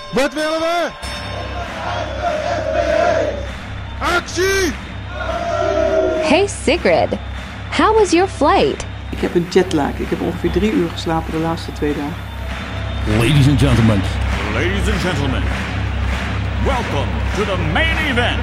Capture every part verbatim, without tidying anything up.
Wat willen we? Actie! Hey Sigrid, how was your flight? Ik heb een jetlag. Ik heb ongeveer drie uur geslapen de laatste twee dagen. Ladies and gentlemen. Ladies and gentlemen. Welcome to the main event.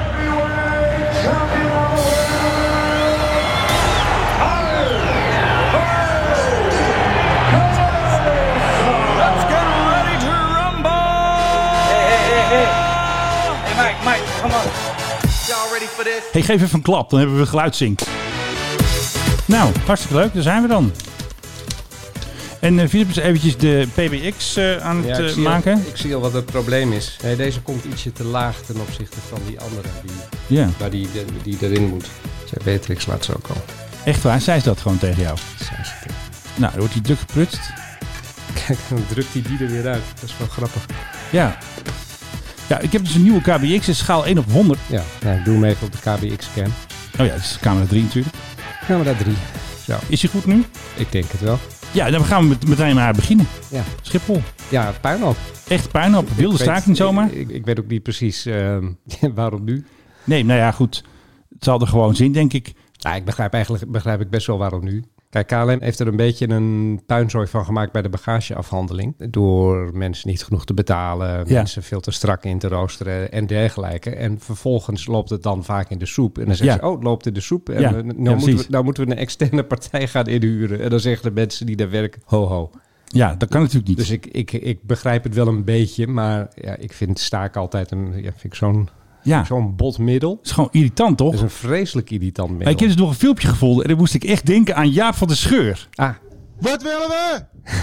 Let's get ready to rumble! Hey, hey, hey, hey. Hey, Mike, Mike, come on. Y'all ready for this? Hey, geef even een klap, dan hebben we geluidszink. Nou, hartstikke leuk, daar zijn we dan. En uh, Philip is eventjes de P B X uh, aan het ja, uh, ik maken. Al, ik zie al wat het probleem is. Nee, deze komt ietsje te laag ten opzichte van die andere. Die, ja. Waar die, die, die erin moet. Zij Beatrix laat ze ook al. Echt waar? Zij is dat gewoon tegen jou? Zij is het. Nou, dan wordt die druk geprutst. Kijk, dan drukt hij die er weer uit. Dat is wel grappig. Ja. Ja, ik heb dus een nieuwe K B X, schaal één op honderd. Ja, nou, ik doe hem even op de K B X-scan. Oh ja, dat is camera drie natuurlijk. Camera drie. Zo. Is hij goed nu? Ik denk het wel. Ja, dan gaan we met, meteen maar beginnen. Ja. Schiphol. Ja, puinhoop. Echt puinhoop. Wilde staking zomaar. Ik, ik, ik weet ook niet precies uh, waarom nu. Nee, nou ja, goed. Het zal er gewoon zin, denk ik. Ja, ik begrijp eigenlijk begrijp ik best wel waarom nu. Kijk, K L M heeft er een beetje een puinzooi van gemaakt bij de bagageafhandeling. Door mensen niet genoeg te betalen, ja. mensen veel te strak in te roosteren en dergelijke. En vervolgens loopt het dan vaak in de soep. En dan zeggen ja. ze, oh, het loopt in de soep. En ja. nou, ja, moeten we, nou moeten we een externe partij gaan inhuren. En dan zeggen de mensen die daar werken, ho ho. Ja, dat kan natuurlijk niet. Dus ik, ik, ik begrijp het wel een beetje, maar ja, ik vind staken altijd een, ja, vind ik zo'n... Ja. Zo'n bot middel. Dat is gewoon irritant, toch? Dat is een vreselijk irritant middel. Maar ik heb dus nog een filmpje gevonden en dan moest ik echt denken aan Jaap van der Scheur. Ah. Wat willen we?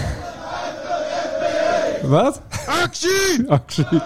Wat? Actie! Actie. Hey.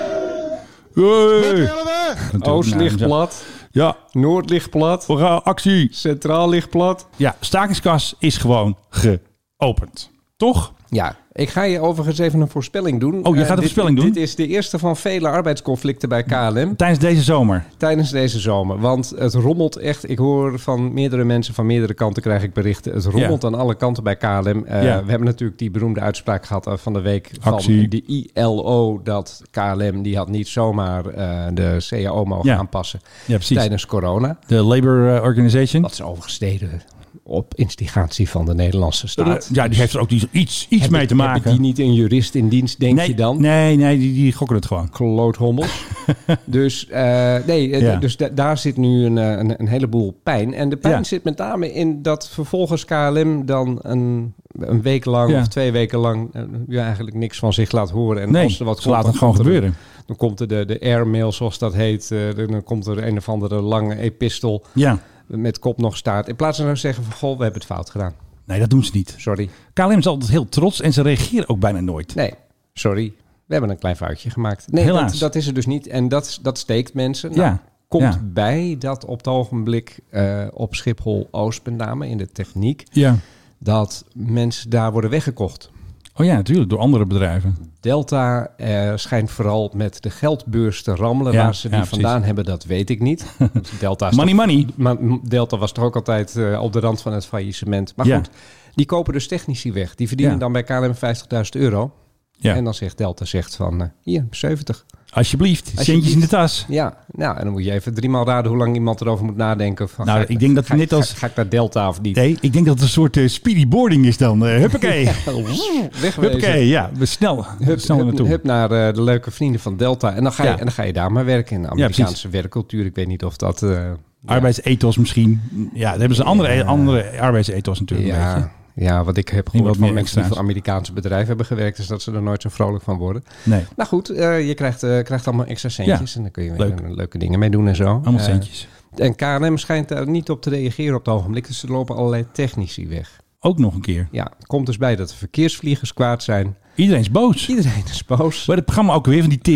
Wat willen we? Oost ligt plat. Ja. Noord ligt plat. We gaan actie. Centraal ligt plat. Ja, stakingskas is gewoon geopend. Toch? Ja, ik ga je overigens even een voorspelling doen. Oh, je gaat een uh, dit, voorspelling doen? Dit is de eerste van vele arbeidsconflicten bij K L M. Tijdens deze zomer? Tijdens deze zomer. Want het rommelt echt. Ik hoor van meerdere mensen, van meerdere kanten krijg ik berichten. Het rommelt ja. aan alle kanten bij K L M. Uh, ja. We hebben natuurlijk die beroemde uitspraak gehad uh, van de week Actie. van de I L O. Dat K L M, die had niet zomaar uh, de C A O mogen ja. aanpassen ja, tijdens corona. De Labour Organization. Dat is overigens deden op instigatie van de Nederlandse staat. Ja, die heeft er ook iets, iets, iets mee te maken. Hebben die niet een jurist in dienst, denk nee, je dan? Nee, nee, die, die gokken het gewoon. Kloothommels. dus uh, nee, ja. dus da- daar zit nu een, een, een heleboel pijn. En de pijn ja. zit met name in dat vervolgens K L M dan een, een week lang ja. of twee weken lang uh, ja, eigenlijk niks van zich laat horen. En nee, als er wat ze laten het gewoon gebeuren. Er, dan komt er de, de airmail, zoals dat heet. Uh, dan komt er een of andere lange epistel. Ja. Met kop nog staart. In plaats van nou zeggen van, goh, we hebben het fout gedaan. Nee, dat doen ze niet. Sorry. K L M is altijd heel trots en ze reageren ook bijna nooit. Nee, sorry. We hebben een klein foutje gemaakt. Nee, Helaas. Dat, dat is er dus niet. En dat, dat steekt mensen. Nou, ja. Komt ja. bij dat op het ogenblik uh, op Schiphol-Oost met name in de techniek... Ja. dat mensen daar worden weggekocht. Oh ja, natuurlijk, door andere bedrijven. Delta uh, schijnt vooral met de geldbeurs te rammelen. Ja, Waar ze die ja, vandaan precies. hebben, dat weet ik niet. Delta money, toch, money. Maar Delta was toch ook altijd uh, op de rand van het faillissement. Maar ja. goed, die kopen dus technici weg. Die verdienen ja. dan bij K L M vijftigduizend euro. Ja. En dan zegt Delta zegt van, uh, hier, zeventig. Alsjeblieft, centjes in de tas. Ja, nou, en dan moet je even driemaal raden hoe lang iemand erover moet nadenken. Van, nou, ik, ik denk dat ga, net als... Ga, ga ik naar Delta of niet? Nee, ik denk dat het een soort uh, speedy boarding is dan. Uh, huppakee. Wegwezen. Huppakee, ja. We snel, hup, snel hup, naartoe. Hup naar uh, de leuke vrienden van Delta. En dan ga je, ja. en dan ga je daar maar werken in de Amerikaanse ja, werkcultuur. Ik weet niet of dat... Uh, arbeidsethos misschien. Ja, daar hebben ze een andere, ja. andere arbeidsethos natuurlijk. Ja. Een beetje. Ja, wat ik heb gehoord van mensen extra's. die voor Amerikaanse bedrijven hebben gewerkt... is dat ze er nooit zo vrolijk van worden. Nee. Nou goed, uh, je krijgt, uh, krijgt allemaal extra centjes... Ja. en dan kun je Leuk. uh, leuke dingen mee doen en zo. Allemaal uh, centjes. En K L M schijnt daar niet op te reageren op het ogenblik... dus er lopen allerlei technici weg. Ook nog een keer. Ja, het komt dus bij dat de verkeersvliegers kwaad zijn. Iedereen is boos. Iedereen is boos. Bij het programma ook weer van die Tim...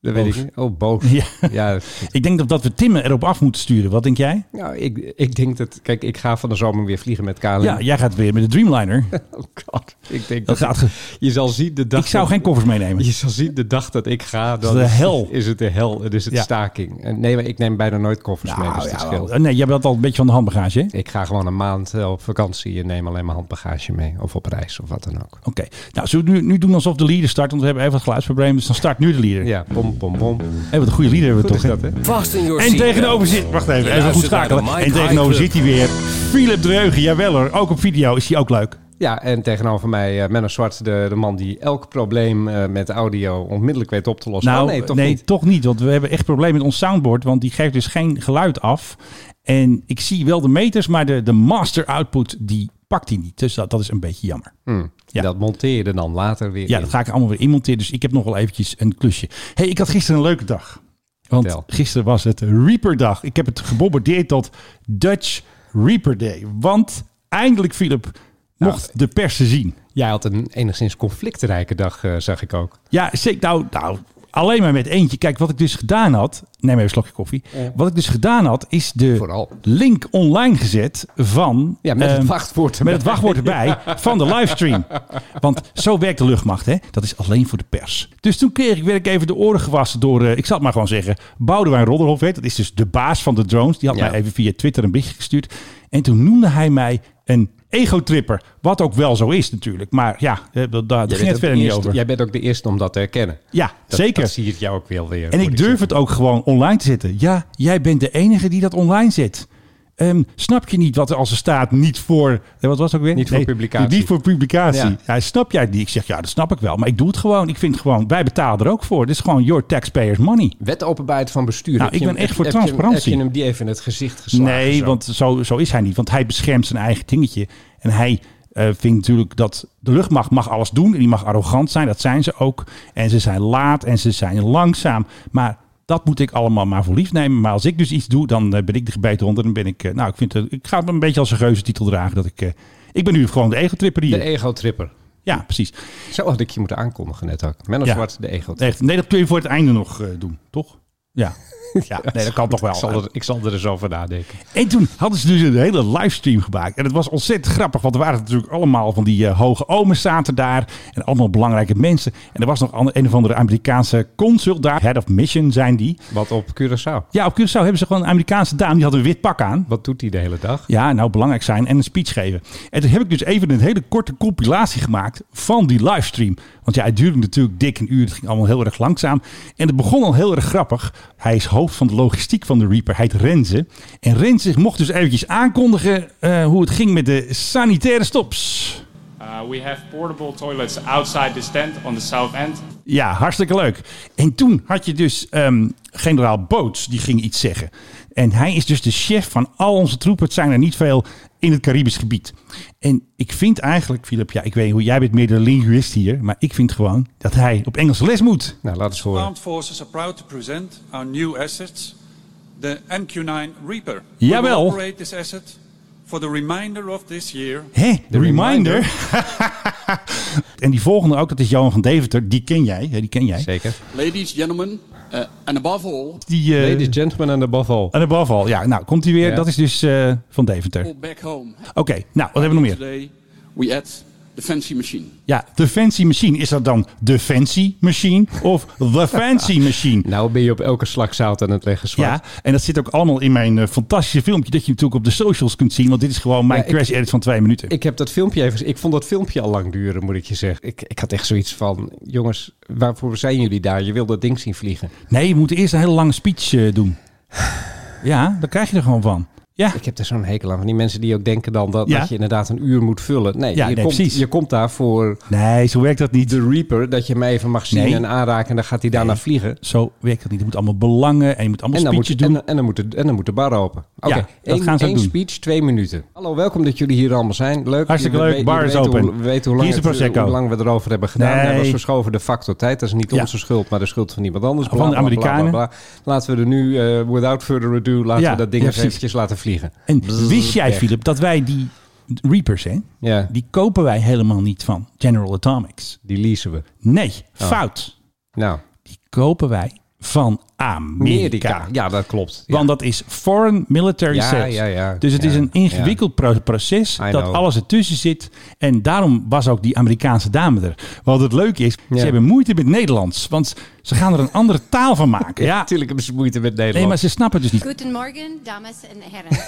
Dat weet Boos. ik niet. Oh, boos. Ja. Ja. Ik denk dat, dat we Tim erop af moeten sturen. Wat denk jij? Nou, ik, ik denk dat... Kijk, ik ga van de zomer weer vliegen met K L M. Ja, jij gaat weer met de Dreamliner. Oh god. Ik denk Dat dat... gaat, Je zal zien de dag... ik zou dat- geen koffers meenemen. Je zal zien de dag dat ik ga... Dan de hel. Is het de hel. Het is het Ja. staking. En nee, maar ik neem bijna nooit koffers mee, dus dat ja, scheelt. wel. Nee, jij bent al een beetje van de handbagage, hè? Oké, Ik ga gewoon een maand eh, op vakantie en neem alleen maar handbagage mee. Of op reis of wat dan ook. nou zullen we nu, nu doen alsof de leader start, want we hebben even wat geluidsprobleem. Dus dan start nu de leader. Ja, pom, pom, pom. Hey, wat een goede leader hebben we Goed toch, is hè? dat, hè? Vast in your En seatbelt. tegenover zit... Wacht even, Je even goed luistert naar de schakelen. Mike En tegenover High zit hij weer. Philip Dreugen, jawel hoor. Ook op video is hij ook leuk. Ja, en tegenover mij uh, Menno Zwart, de, de man die elk probleem uh, met audio onmiddellijk weet op te lossen. Nou, Oh, nee, toch nee, niet. toch niet. Want we hebben echt problemen met ons soundboard. Want die geeft dus geen geluid af. En ik zie wel de meters, maar de, de master output, die pakt hij niet. Dus dat, dat is een beetje jammer. Hmm. Ja. Dat monteer je er dan later weer Ja, in. dat ga ik allemaal weer inmonteren. Dus ik heb nog wel eventjes een klusje. Hey, ik had gisteren een leuke dag. Want Vertel. gisteren was het Reaper dag. Ik heb het gebombardeerd tot Dutch Reaper Day. Want eindelijk, Philip, mocht de pers ze zien. Jij had een enigszins conflictrijke dag, uh, zag ik ook. Ja, zeker. Nou, nou, alleen maar met eentje. Kijk, wat ik dus gedaan had... Neem even een slokje koffie. Ja. Wat ik dus gedaan had, is de Vooral. link online gezet van... Ja, met het ehm, wachtwoord erbij. Met het wachtwoord erbij van de livestream. Want zo werkt de luchtmacht, hè. Dat is alleen voor de pers. Dus toen kreeg ik, werd ik even de oren gewassen door... Uh, ik zal het maar gewoon zeggen, Boudewijn Rodderhoff. Hè. Dat is dus de baas van de drones. Die had Ja. mij even via Twitter een berichtje gestuurd. En toen noemde hij mij een egotripper. Wat ook wel zo is natuurlijk. Maar ja, daar daar Jij ging bent het ook de verder niet eerste- over. Jij bent ook de eerste om dat te herkennen. Ja, Dat, zeker. Dat zie je jou ook wel weer. En ik durf het ook gewoon online te zetten. Ja, jij bent de enige die dat online zet. Ehm, snap je niet wat er als er staat niet voor... eh, Wat was het ook weer? Niet voor publicatie. Niet voor publicatie. Ja. Ja. snap jij het niet? Ik zeg, ja, dat snap ik wel. Maar ik doe het gewoon. Ik vind het gewoon... Wij betalen er ook voor. Dit is gewoon your taxpayers money. Wet openbaarheid van bestuur. Nou, Heb ik je ben hem- echt voor heb je hem- transparantie. Heb je hem die even in het gezicht geslagen? Nee, zo? want zo, zo is hij niet. Want hij beschermt zijn eigen dingetje. En hij uh, vindt natuurlijk dat de luchtmacht mag alles doen. En die mag arrogant zijn. Dat zijn ze ook. En ze zijn laat en ze zijn langzaam. Maar... Dat moet ik allemaal maar voor lief nemen. Maar als ik dus iets doe, dan uh, ben ik de gebeten hond. En dan ben ik... Uh, nou, ik, vind het, ik ga het een beetje als een geuzetitel dragen. Dat ik, uh, ik ben nu gewoon de egotripper hier. De ego-tripper. Ja, precies. Zo had ik je moeten aankondigen net ook. Menno Ja. Zwart, de ego-tripper. Echt, nee, dat kun je voor het einde nog uh, doen, toch? Ja. Ja, nee, dat kan toch wel. Ik zal, er, ik zal er eens over nadenken. En toen hadden ze dus een hele livestream gemaakt. En het was ontzettend grappig, want er waren natuurlijk allemaal van die uh, hoge omen zaten daar. En allemaal belangrijke mensen. En er was nog een of andere Amerikaanse consul daar. Head of Mission zijn die. Wat op Curaçao? Ja, op Curaçao hebben ze gewoon een Amerikaanse dame. Die had een wit pak aan. Wat doet hij de hele dag? Ja, nou belangrijk zijn en een speech geven. En toen heb ik dus even een hele korte compilatie gemaakt van die livestream. Want ja, het duurde natuurlijk dik een uur. Het ging allemaal heel erg langzaam. En het begon al heel erg grappig. Hij is hoofd van de logistiek van de Reaper. Hij heet Renze. En Renze mocht dus eventjes aankondigen uh, hoe het ging met de sanitaire stops. Uh, we have portable toilets outside this tent on the south end. Ja, hartstikke leuk. En toen had je dus um, generaal Boots, die ging iets zeggen. En hij is dus de chef van al onze troepen. Het zijn er niet veel in het Caribisch gebied. En ik vind eigenlijk, Philip, ja, ik weet hoe jij bent meer de linguist hier. Maar ik vind gewoon dat hij op Engelse les moet. Nou, laat eens horen. Armed Forces are proud to present our new assets, the M Q nine Reaper. Jawel. We will operate this asset for the remainder of this year. Hé, de The reminder. reminder. En die volgende ook, dat is Johan van Deventer. Die ken jij, hè, die ken jij. Zeker. Ladies, gentlemen, uh, and above all, Die, uh, Ladies, gentlemen and above all. En above all. Ja, nou, komt hij weer. Ja. Dat is dus uh, van Deventer. Oké, back home. okay, nou, wat hebben we nog meer? Today, we add the fancy machine. Ja, de fancy machine. Is dat dan de fancy machine of the fancy machine? Nou ben je op elke slag zout aan het leggen, Zwart. Ja, en dat zit ook allemaal in mijn uh, fantastische filmpje dat je natuurlijk op de socials kunt zien. Want dit is gewoon mijn Ja, ik- crash edit van twee minuten. Ik heb dat filmpje even... Ik vond dat filmpje al lang duren, moet ik je zeggen. Ik, ik had echt zoiets van... Jongens, waarvoor zijn jullie daar? Je wil dat ding zien vliegen. Nee, je moet eerst een hele lange speech uh, doen. Ja, daar krijg je er gewoon van. Ja. Ik heb er zo'n hekel aan. Van die mensen die ook denken dan dat, Ja. dat je inderdaad een uur moet vullen. Nee, Ja, je, nee, komt, precies. je komt daar voor Nee, zo werkt dat niet. de Reaper. Dat je hem even mag zien Nee. en aanraken. En dan gaat hij daarna Nee. vliegen. Zo werkt dat niet. Je moet allemaal belangen en je moet allemaal En dan, moet, speeches doen. en, en, dan moet de, en dan moet de bar open. Oké, Ja, dat één- gaan ze ook één doen. speech, twee minuten. Hallo, welkom dat jullie hier allemaal zijn. Leuk. Hartstikke We- leuk, we- bar we is weten open. Hoe, we weten hoe lang, Hier is de het- Prosecco. hoe lang we erover hebben gedaan. Nee. Hij was verschoven de factor tijd. Dat is niet Ja. onze schuld, maar de schuld van iemand anders. Van Bla, de bla, bla, Amerikanen. bla, bla. Laten we er nu, uh, without further ado, laten Ja, we dat ding ja, eens precies. eventjes laten vliegen. En Bzzz, wist jij, weg. Philip, dat wij die Reapers, hè, Ja, die kopen wij helemaal niet van General Atomics. die leasen we. Nee, fout. Nou, Die kopen wij van Amerika. Amerika. Ja, dat klopt. Ja. Want dat is Foreign Military Ja, Sales. ja, ja. Dus het Ja, is een ingewikkeld pro- proces I dat know. alles ertussen zit. En daarom was ook die Amerikaanse dame er. Want het leuke is, Ja. ze hebben moeite met Nederlands. Want ze gaan er een andere taal van maken. Ja, Natuurlijk hebben ze moeite met Nederland. nee, maar ze snappen het dus niet. Goedemorgen, dames en heren.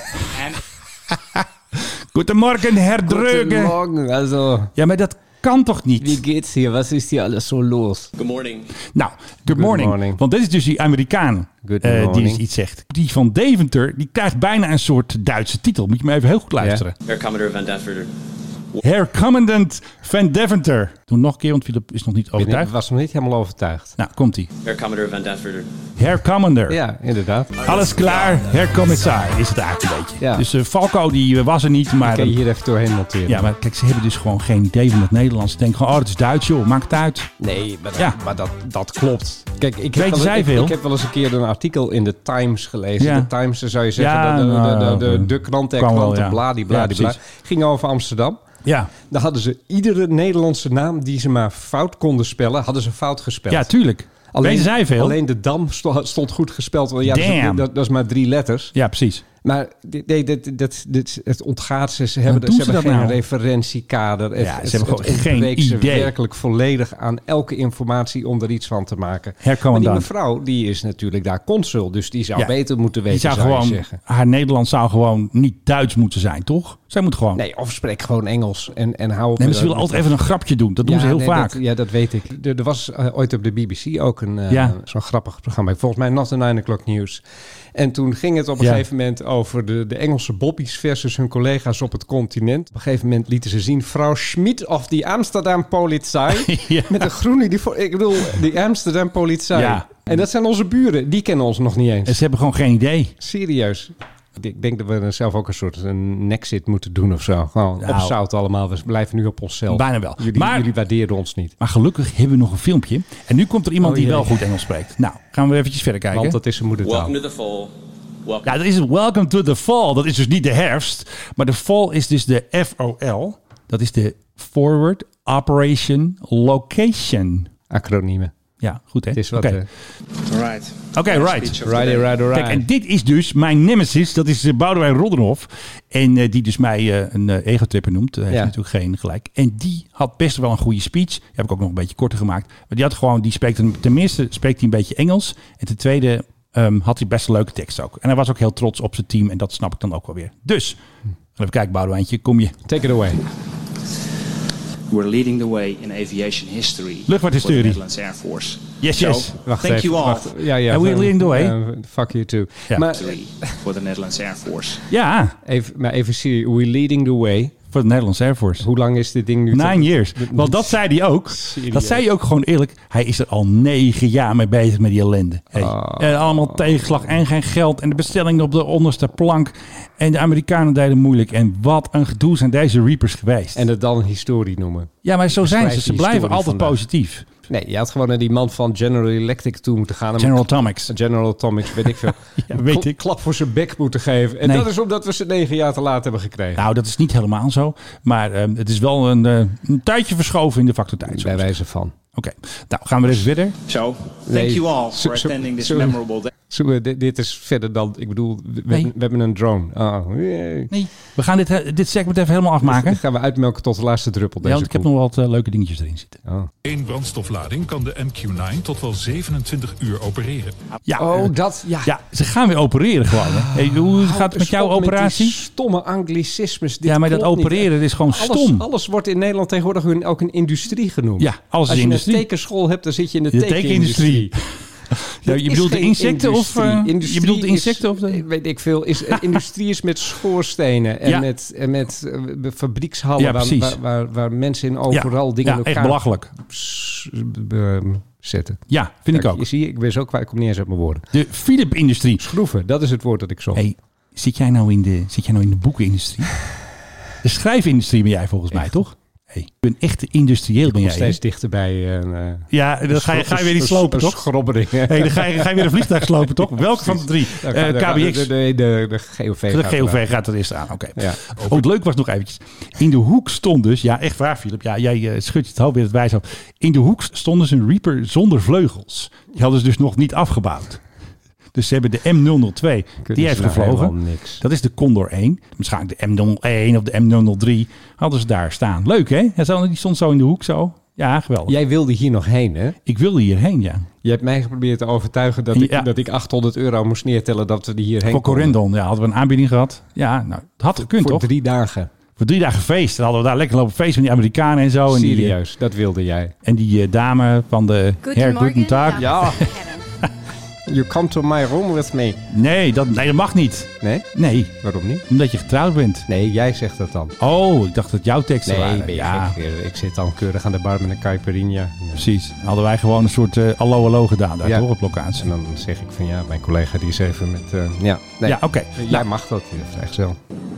Goedemorgen, Herr Dreugen. Morgen, also, Ja, maar dat kan toch niet? wie geht's hier? Was ist hier alles so los? Good morning. Nou, good morning. morning. Want dit is dus die Amerikaan Good eh, die morning. dus iets zegt. Die van Deventer, die krijgt bijna een soort Duitse titel. Moet je maar even heel goed luisteren. Air Commodore Van Deventer. Herr Commandant Van Deventer. Doe nog een keer, want Philip is nog niet Ik overtuigd. was nog niet helemaal overtuigd. Nou, komt-ie. Air Commodore Van Deventer. Herr Commander. Ja, inderdaad. Alles klaar, Herr Commissar, is het eigenlijk een beetje. Ja. Dus uh, Falco die uh, was er niet, maar... Kan je hier even doorheen monteren? ja, maar kijk, ze hebben dus gewoon geen idee van het Nederlands. Ze denken gewoon, oh, het is Duits, joh, maakt het uit. Nee, maar dat, Ja. maar dat, dat klopt. Kijk, ik Weten heb, wel, zij ik, veel? ik heb wel eens een keer een artikel in de Times gelezen. Ja. De Times, dan zou je zeggen, Ja, de, de, de, nou, de, de, de krant der kan wel, kranten, ja. bladibla, Ja, bla, precies. ging over Amsterdam. Ja, Daar hadden ze iedere Nederlandse naam die ze maar fout konden spellen, hadden ze fout gespeld. ja tuurlijk. Weten zij veel? Alleen de Dam sto- stond goed gespeld. Want ja, dat is, Damn. dat, dat is maar drie letters. Ja, precies. Maar dit, dit, dit, dit, dit- het ontgaat ze. Ze hebben, doen ze ze hebben dat geen nou? referentiekader. Het, Ja, ze het- hebben het gewoon geen ontbreekt ze idee. werkelijk volledig aan elke informatie om er iets van te maken. Herr Maar die Commandant. mevrouw, die is natuurlijk daar consul. Dus die zou Ja. beter moeten Die weten, zou zou, je gewoon, zeggen. haar Nederlands zou gewoon niet Duits moeten zijn, toch? Zij moet gewoon... Nee, of spreek gewoon Engels en, en hou op. Nee, maar met- ze willen altijd even een grapje doen. Dat doen Ja, ze heel nee, vaak. dat- ja, dat weet ik. Er, er was uh, ooit op de B B C ook een uh, Ja. zo'n grappig programma. Volgens mij Not the Nine O'Clock News. En toen ging het op een Ja. gegeven moment over de, de Engelse bobbies versus hun collega's op het continent. Op een gegeven moment lieten ze zien vrouw Schmid of die Amsterdam Polizei. Ja. Met een groene uniform. Ik bedoel, die Amsterdam Polizei. Ja. En dat zijn onze buren. Die kennen ons nog niet eens. En ze hebben gewoon geen idee. Serieus. Ik denk dat we er zelf ook een soort een nexit moeten doen of zo. Gewoon Nou. opzout allemaal. We blijven nu op onszelf. Bijna wel. Jullie, Maar- jullie waarderen ons niet. Maar gelukkig hebben we nog een filmpje. En nu komt er iemand Oh, die jee. wel goed Engels spreekt. Nou, gaan we eventjes verder kijken. Want dat is zijn moedertaal. Welcome to the fall. Welcome. Ja, dat is Welcome to the Fall. Dat is dus niet de herfst. Maar de fall is dus de F O L. Dat is de Forward Operation Location. Acroniemen. Ja, goed hè? Het is wat... Oké, eh, Right. Oké, right. Righty, righty, righty. Kijk, en dit is dus mijn nemesis. Dat is uh, Boudewijn Roddenhoff. En uh, die dus mij uh, een uh, egotripper noemt. Hij heeft Ja. natuurlijk geen gelijk. En die had best wel een goede speech. Die heb ik ook nog een beetje korter gemaakt. Maar die had gewoon, die spreekt een, tenminste spreekt hij een beetje Engels. En ten tweede um, had hij best een leuke tekst ook. En hij was ook heel trots op zijn team. En dat snap ik dan ook wel weer. Dus, even kijken Boudewijntje, kom je. Take it away. We're leading the way in aviation history. Luchtvaarthistorie. For the Netherlands Air Force. Yes, So, yes. Wacht thank even, you all. wacht. Ja, ja. And we're leading the way. Uh, fuck you too. Ja. Maar, Three for the Netherlands Air Force. Ja, even, maar even serieus. We leading the way. voor de Nederlandse Air Force. Hoe lang is dit ding nu? Nine years. Want dat zei hij ook. Serieus? Dat zei hij ook gewoon eerlijk. Hij is er al negen jaar mee bezig met die ellende. Hey. Oh. En allemaal tegenslag en geen geld. En de bestellingen op de onderste plank. En de Amerikanen deden moeilijk. En wat een gedoe zijn deze Reapers geweest. En het dan een historie noemen. ja, maar zo zijn ze. Beschrijf Ze de blijven historie altijd vandaag. positief. Nee, je had gewoon naar die man van General Electric toe moeten gaan. En General Atomics. General Atomics, weet ik veel. Ja, weet Kla- ik. Klap voor zijn bek moeten geven. En Nee. dat is omdat we ze negen jaar te laat hebben gekregen. Nou, dat is niet helemaal zo. Maar eh, het is wel een, eh, een tijdje verschoven in de factor tijd. Bij wijze van. Oké, nou gaan we even verder. So, thank Nee. you all Zo- for zo- attending this zo- memorable day. Zullen we, dit, dit is verder dan... Ik bedoel, we, we Nee. hebben, we hebben een drone. Oh, yay. Nee, we gaan dit, eh, dit segment even helemaal afmaken. Dit gaan we uitmelken tot de laatste druppel. Ja, Deze want ik heb koe. nog wat eh, leuke dingetjes erin zitten. Oh. Eén brandstoflading kan de M Q nine tot wel zevenentwintig uur opereren. Ja, Oh, eh, dat... Ja. ja, ze gaan weer opereren gewoon. Hè. Hey, hoe gaat het met jouw Stop operatie? die stomme anglicismes. Dit Ja, maar dat klopt niet. opereren dat is gewoon Alles, stom. alles wordt in Nederland tegenwoordig een- ook een industrie genoemd. Ja, alles is Als je industrie. een tekenschool hebt, dan zit je in de, De tekenindustrie. Ja, je Dat bedoelt is de geen insecten of, industrie. eh, je Industrie bedoelt de is- insecten of de- Weet ik veel. Is, industrie is met schoorstenen en Ja. met, en met eh, fabriekshallen Ja, waar, precies. waar, waar, waar mensen in overal dingen ja, in echt elkaar belachelijk. s- b- zetten. Ja, vind ik Kijk, ook. Je zie, ik ben zo kwijt, ik kom niet eens uit mijn woorden. De Philip-industrie. Schroeven, dat is het woord dat ik zocht. Hey, zit jij nou in de, zit jij nou in de boekenindustrie? De schrijfindustrie ben jij volgens mij, toch? Hey, ik ben echt industrieel ben jij. Steeds dichterbij. Een, uh, ja, dan ga je, ga je weer niet slopen, toch? Schrobbering. Hey, dan ga je, ga je weer een vliegtuig slopen, toch? Welke van de drie? Uh, K B X? De, de, de, de G O V. De G O V gaat er eerst aan, oké. Okay. Ja. Oh, het leuk was nog eventjes. In de hoek stond dus, ja echt waar Philip, ja, jij uh, schudt je het hoofd weer het wijs op. In de hoek stond dus een Reaper zonder vleugels. Die hadden ze dus nog niet afgebouwd. Dus ze hebben de M nul nul twee, die heeft nou gevlogen. Dat is de Condor één. Waarschijnlijk de M nul nul één of de M nul nul drie hadden ze daar staan. Leuk hè? Die stond zo in de hoek zo. Ja, geweldig. Jij wilde hier nog heen hè? Ik wilde hierheen, ja. Je hebt mij geprobeerd te overtuigen dat ik, ja. dat ik achthonderd euro moest neertellen dat we hierheen Voor Corendon, ja, hadden we een aanbieding gehad. Ja, nou, het had gekund Voor toch? Voor drie dagen. Voor drie dagen feest. Dan hadden we daar lekker lopen feesten met die Amerikanen en zo. Serieus, en die, dat wilde jij. En die uh, dame van de Herr Guten Tag. Ja. You come to my room with me. Nee dat, nee, dat mag niet. Nee? Nee. Waarom niet? Omdat je getrouwd bent. Nee, jij zegt dat dan. Oh, ik dacht dat jouw teksten nee, waren. Ben je ja, gek. Ik zit dan keurig aan de bar met een caipirinha. Nee. Precies. Hadden wij gewoon een soort uh, allo allo gedaan daar, ja. toch, op locatie. En dan zeg ik van ja, mijn collega die is even met... Uh, ja, nee. Ja, oké. Okay. Jij nou. mag dat, dat is echt zo.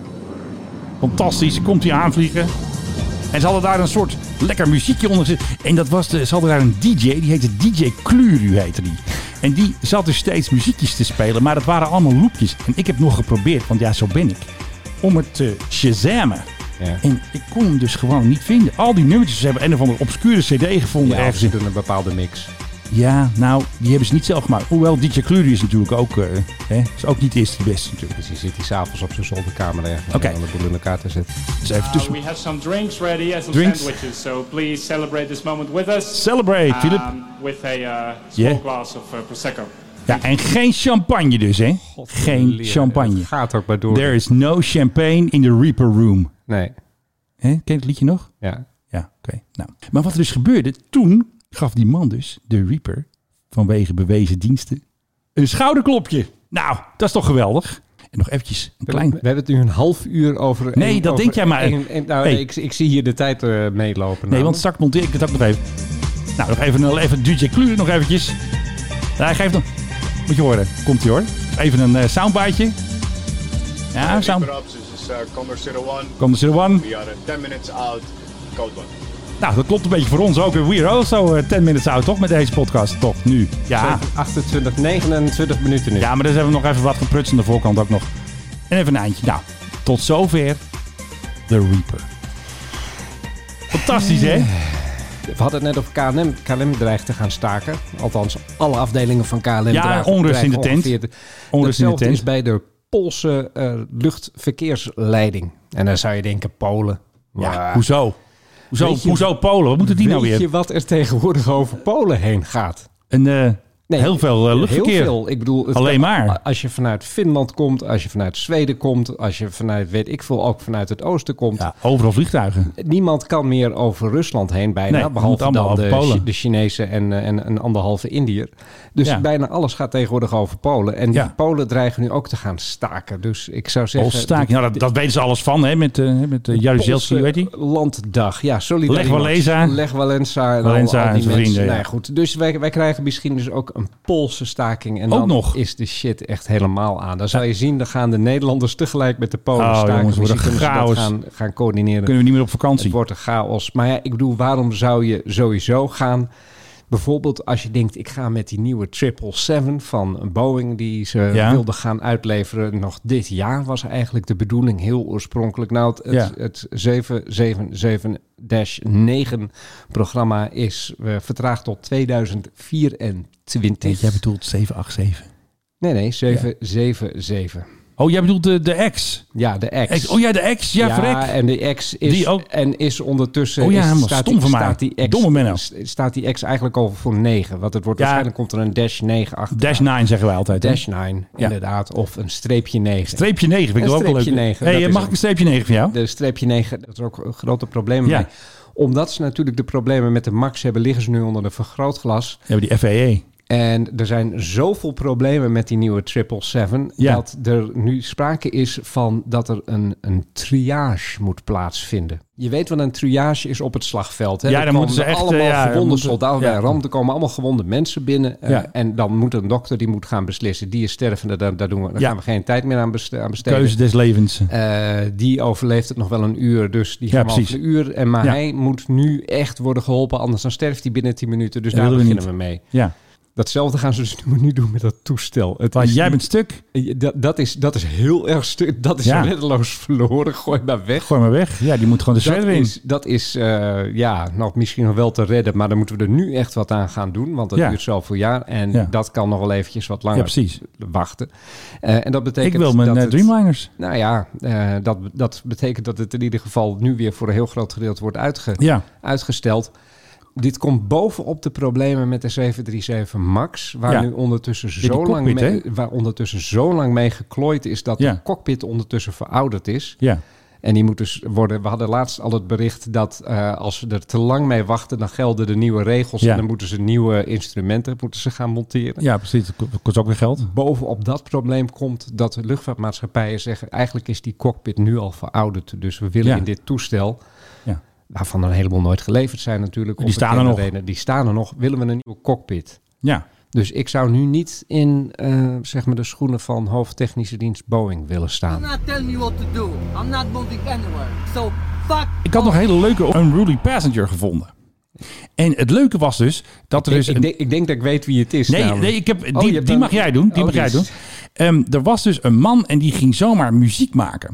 Fantastisch. Komt hij aanvliegen. En ze hadden daar een soort lekker muziekje onder zitten. En dat was de, ze hadden daar een D J, die heette D J Kluru, heette die. En die zat dus steeds muziekjes te spelen, maar dat waren allemaal loopjes. En ik heb nog geprobeerd, want ja, zo ben ik, om het te shazammen. Ja. En ik kon hem dus gewoon niet vinden. Al die nummertjes, ze hebben een of andere obscure cd gevonden. Ja, ergens. ze doen een bepaalde mix. Ja, nou, die hebben ze niet zelf gemaakt. Hoewel D J Kluru is natuurlijk ook, uh, hè, is ook niet de eerste de beste natuurlijk. Dus die zit hij s'avonds op zijn zolderkamer ergens okay. om de boel in elkaar te zetten. Dus even tussen. Uh, we have some drinks ready and some drinks. sandwiches, so please celebrate this moment with us. Celebrate, Philip. Um, with a uh, small yeah. glass of uh, Prosecco. Ja, en geen champagne dus, hè? God, geen leren. champagne. Het gaat ook maar door. There is no champagne in the Reaper Room. Nee. Hè? Ken je het liedje nog? Ja. Ja, oké. Okay. Nou. Maar wat er dus gebeurde, toen gaf die man dus, de Reaper, vanwege bewezen diensten, een schouderklopje. Nou, dat is toch geweldig? En nog eventjes een klein... We hebben het nu een half uur over... Nee, een, dat over denk jij maar. Een, een, nou, hey. ik, ik zie hier de tijd uh, meelopen. Nee, want straks monteer ik het ook nog even. Nou, nog even, even D J Kluru nog eventjes. Hij geeft nog... Moet je horen. Komt ie hoor. Even een uh, soundbiteje. Ja, sound... This is uh, Condor zero one. Condor zero one. We are ten minutes out. Code one. Nou, dat klopt een beetje voor ons ook. We are also uh, ten minutes out, toch? Met deze podcast, toch? Nu. Ja. achtentwintig, negenentwintig minuten nu. Ja, maar dus hebben we nog even wat geprutst aan de voorkant ook nog. En even een eindje. Nou, tot zover The Reaper. Fantastisch, hè? We hadden het net over K L M. K L M dreigt te gaan staken. Althans, alle afdelingen van K L M ja, dreigen, onrust in de tent. De, onrust in de tent. is bij de Poolse uh, luchtverkeersleiding. En dan zou je denken, Polen. Ja, maar, hoezo? Hoezo, je, hoezo Polen? Wat moeten die nou weer? Weet je wat er tegenwoordig over Polen heen gaat? Een... Uh... Nee, heel veel uh, luchtverkeer. Heel veel. Ik bedoel, het alleen kan, maar. Als je vanuit Finland komt, als je vanuit Zweden komt, als je vanuit, weet ik veel, ook vanuit het oosten komt. Ja, overal vliegtuigen. Niemand kan meer over Rusland heen bijna, nee, behalve dan de, de Chinezen en, en een anderhalve Indiër. Dus ja. bijna alles gaat tegenwoordig over Polen. En die ja. Polen dreigen nu ook te gaan staken. Dus ik zou zeggen... Staken. Nou, dat, dat weten ze alles van, hè? Met, uh, met uh, Jaruzelski, weet je? Landdag, ja. Solidariteit. Leg Walesa. Leg Walensa. En Walensa al, al die en zijn vrienden, ja. Nou, goed. Dus wij, wij krijgen misschien dus ook een Poolse staking. En ook dan nog. is de shit echt helemaal aan. Dan zal je zien, dan gaan de Nederlanders tegelijk met de Polen oh, staken. Jongens, Misschien kunnen ze dat gaan, gaan coördineren. Kunnen we niet meer op vakantie. Het wordt een chaos. Maar ja, ik bedoel, waarom zou je sowieso gaan... Bijvoorbeeld als je denkt, ik ga met die nieuwe triple seven van Boeing... die ze ja. wilden gaan uitleveren nog dit jaar... was eigenlijk de bedoeling heel oorspronkelijk. Nou, het, ja. het, het zeven zeven zeven negen programma is uh, vertraagd tot tweeduizend vierentwintig. Jij bedoelt zeven acht zeven? Nee, nee, zeven zeven zeven. Oh, jij bedoelt de, de X? Ja, de X. Oh ja, de X. Ja, ja verrek. en de X is, die ook... en is ondertussen... Oh ja, is, helemaal staat stom die, van mij. staat die X, Domme Menno. Staat die X eigenlijk al voor negen. Want het wordt ja. waarschijnlijk komt er een dash negen achter. Dash nine zeggen wij altijd. Dash nine, ja. inderdaad. Of een streepje negen. Streepje negen vind ik ook wel leuk. negen, hey, mag ik een streepje negen van jou? De streepje negen, dat is ook een grote probleem ja. mee. Omdat ze natuurlijk de problemen met de MAX hebben, liggen ze nu onder de vergrootglas. Hebben die F A A. En er zijn zoveel problemen met die nieuwe triple seven... Ja. dat er nu sprake is van dat er een, een triage moet plaatsvinden. Je weet wat een triage is op het slagveld. Hè? Ja, Er dan moeten ze komen echt, allemaal uh, ja, gewonde moeten- soldaten ja. bij ramp. Er komen allemaal gewonde mensen binnen. Uh, Ja. En dan moet een dokter die moet gaan beslissen. Die is stervende, daar, daar, doen we, daar Ja. gaan we geen tijd meer aan best- aan besteden. Keuze des levens. Uh, die overleeft het nog wel een uur, dus die Ja, gaan we precies. over een uur. En, maar Ja. hij moet nu echt worden geholpen, anders dan sterft hij binnen tien minuten. Dus Dat daar willen we beginnen we mee. Ja. Datzelfde gaan ze dus nu, nu doen met dat toestel. Het Want is jij niet- bent stuk. Dat, dat, is, dat is heel erg stuk. Dat is Ja. reddeloos verloren. Gooi maar weg. Gooi maar weg. Ja, die moet gewoon de Dat verder in. is, dat is uh, ja, nou, misschien nog wel te redden, maar dan moeten we er nu echt wat aan gaan doen, want dat Ja. duurt zoveel jaar en Ja. dat kan nog wel eventjes wat langer Ja, precies. wachten. Uh, en dat betekent Ik wil mijn dat uh, het- Dreamliners. Nou ja, uh, dat, dat betekent dat het in ieder geval nu weer voor een heel groot gedeelte wordt uitge, Ja. uitgesteld. Dit komt bovenop de problemen met de zeven drie zeven MAX, waar Ja. nu ondertussen Ja, die zo lang cockpit, mee, waar ondertussen zo lang mee geklooid is dat Ja. de cockpit ondertussen verouderd is. Ja. En die moet dus worden... We hadden laatst al het bericht dat uh, als we er te lang mee wachten, dan gelden de nieuwe regels. Ja. En dan moeten ze nieuwe instrumenten moeten ze gaan monteren. Ja, precies. Dat kost ook weer geld. Bovenop dat probleem komt dat de luchtvaartmaatschappijen zeggen, eigenlijk is die cockpit nu al verouderd. Dus we willen Ja. in dit toestel, Ja. waarvan er een heleboel nooit geleverd zijn natuurlijk. Die om staan er bekende nog. redenen. Die staan er nog. Willen we een nieuwe cockpit? Ja. Dus ik zou nu niet in uh, zeg maar de schoenen van hoofdtechnische dienst Boeing willen staan. Do not tell me what to do. I'm not moving anywhere. So fuck. Ik had nog een hele leuke Unruly Passenger gevonden. En het leuke was dus dat er Ik, dus... ik, een- denk, ik denk dat ik weet wie het is. Nee, namelijk. nee ik heb, die, Oh, je hebt die een- mag jij doen. Die Oh, mag jij die doen. is- Ehm, er was dus een man en die ging zomaar muziek maken.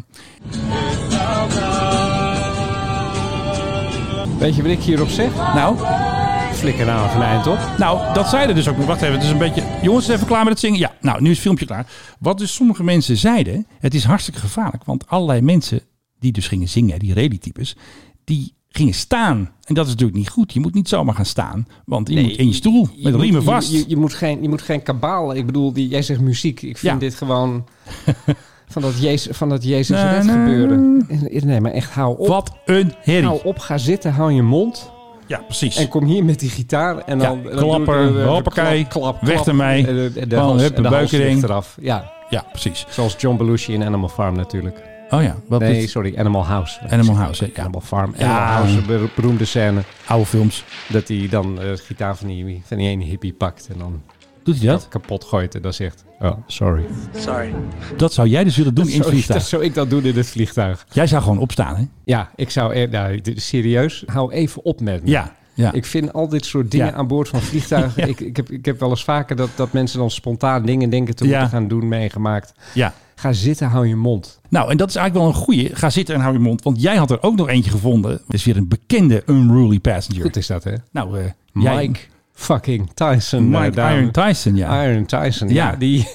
Weet je wat ik hierop zeg? Nou, Flikker nou van eind op. nou, dat zeiden dus ook nog. Wacht even, het is een beetje... Jongens, even klaar met het zingen? Ja, nou, nu is het filmpje klaar. Wat dus sommige mensen zeiden, het is hartstikke gevaarlijk. Want allerlei mensen die dus gingen zingen, die rally-types, die gingen staan. En dat is natuurlijk niet goed. Je moet niet zomaar gaan staan. Want je Nee, moet in je stoel met moet- riemen vast. Je, je, je, moet geen, je moet geen kabaal. Ik bedoel, die, jij zegt muziek. Ik vind Ja. dit gewoon van dat Jezus, van dat Jezus Na, red na. gebeuren. Nee, maar echt hou op. Wat een herrie. Hou op, ga zitten, hou je mond. Ja, precies. En kom hier met die gitaar. En dan, Ja, en dan klapper, doe je de- de hoppakee, klap, klap, weg klap. ermee. En de, de, de Gewoon, hals, hup, en de hals buikering. ligt eraf. Ja, Ja, precies. zoals John Belushi in Animal Farm natuurlijk. Oh ja. Wat Nee, is- sorry, Animal House. Animal House, hè? Ja. Animal Farm. Ja. Animal House, een ber- beroemde scène. Oude films. Dat hij dan uh, het gitaar van die, van die ene hippie pakt en dan Doet hij dat? kapot gooit en dan zegt, oh, sorry. Sorry. Dat zou jij dus willen doen in het Zo, vliegtuig. dat zou ik dat doen in het vliegtuig. Jij zou gewoon opstaan, hè? Ja, ik zou, er- nou, dit is serieus, hou even op met me. Ja. Ja. Ik vind al dit soort dingen Ja. aan boord van vliegtuigen. Ja. ik, ik, heb, ik heb wel eens vaker dat, dat mensen dan spontaan dingen denken te Ja. moeten gaan doen meegemaakt. Ja. Ga zitten, hou je mond. Nou, en dat is eigenlijk wel een goeie. Ga zitten en hou je mond. Want jij had er ook nog eentje gevonden. Het is weer een bekende Unruly Passenger. Goed is dat, hè? Nou, eh Mike jij- fucking Tyson. Mike eh, dame. Iron Tyson, ja. Iron Tyson, ja. Ja. die...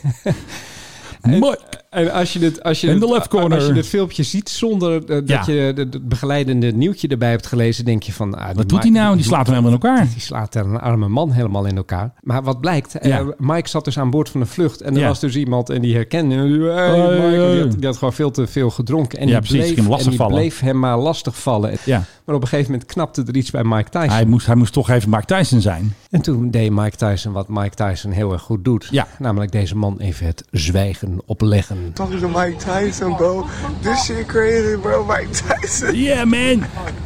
Mike. En als je het, als je In het, the left corner. als je het filmpje ziet zonder uh, dat Ja. je het begeleidende nieuwtje erbij hebt gelezen, denk je van... Ah, die Wat doet hij Mike- nou? Die slaat hem helemaal in elkaar. Die slaat er een arme man helemaal in elkaar. Maar wat blijkt, Ja. uh, Mike zat dus aan boord van een vlucht en er Ja. was dus iemand en die herkende... Hey, Hoi, Mike, hoi. die, had, die had gewoon veel te veel gedronken. En Ja, die precies, bleef, ging hem en die lastigvallen. bleef hem maar lastigvallen. Ja. Maar op een gegeven moment knapte er iets bij Mike Tyson. Hij moest, hij moest toch even Mike Tyson zijn. En toen deed Mike Tyson wat Mike Tyson heel erg goed doet. Ja. Namelijk deze man even het zwijgen opleggen. Talking to Mike Tyson, bro. This shit crazy, bro. Mike Tyson. Yeah, man.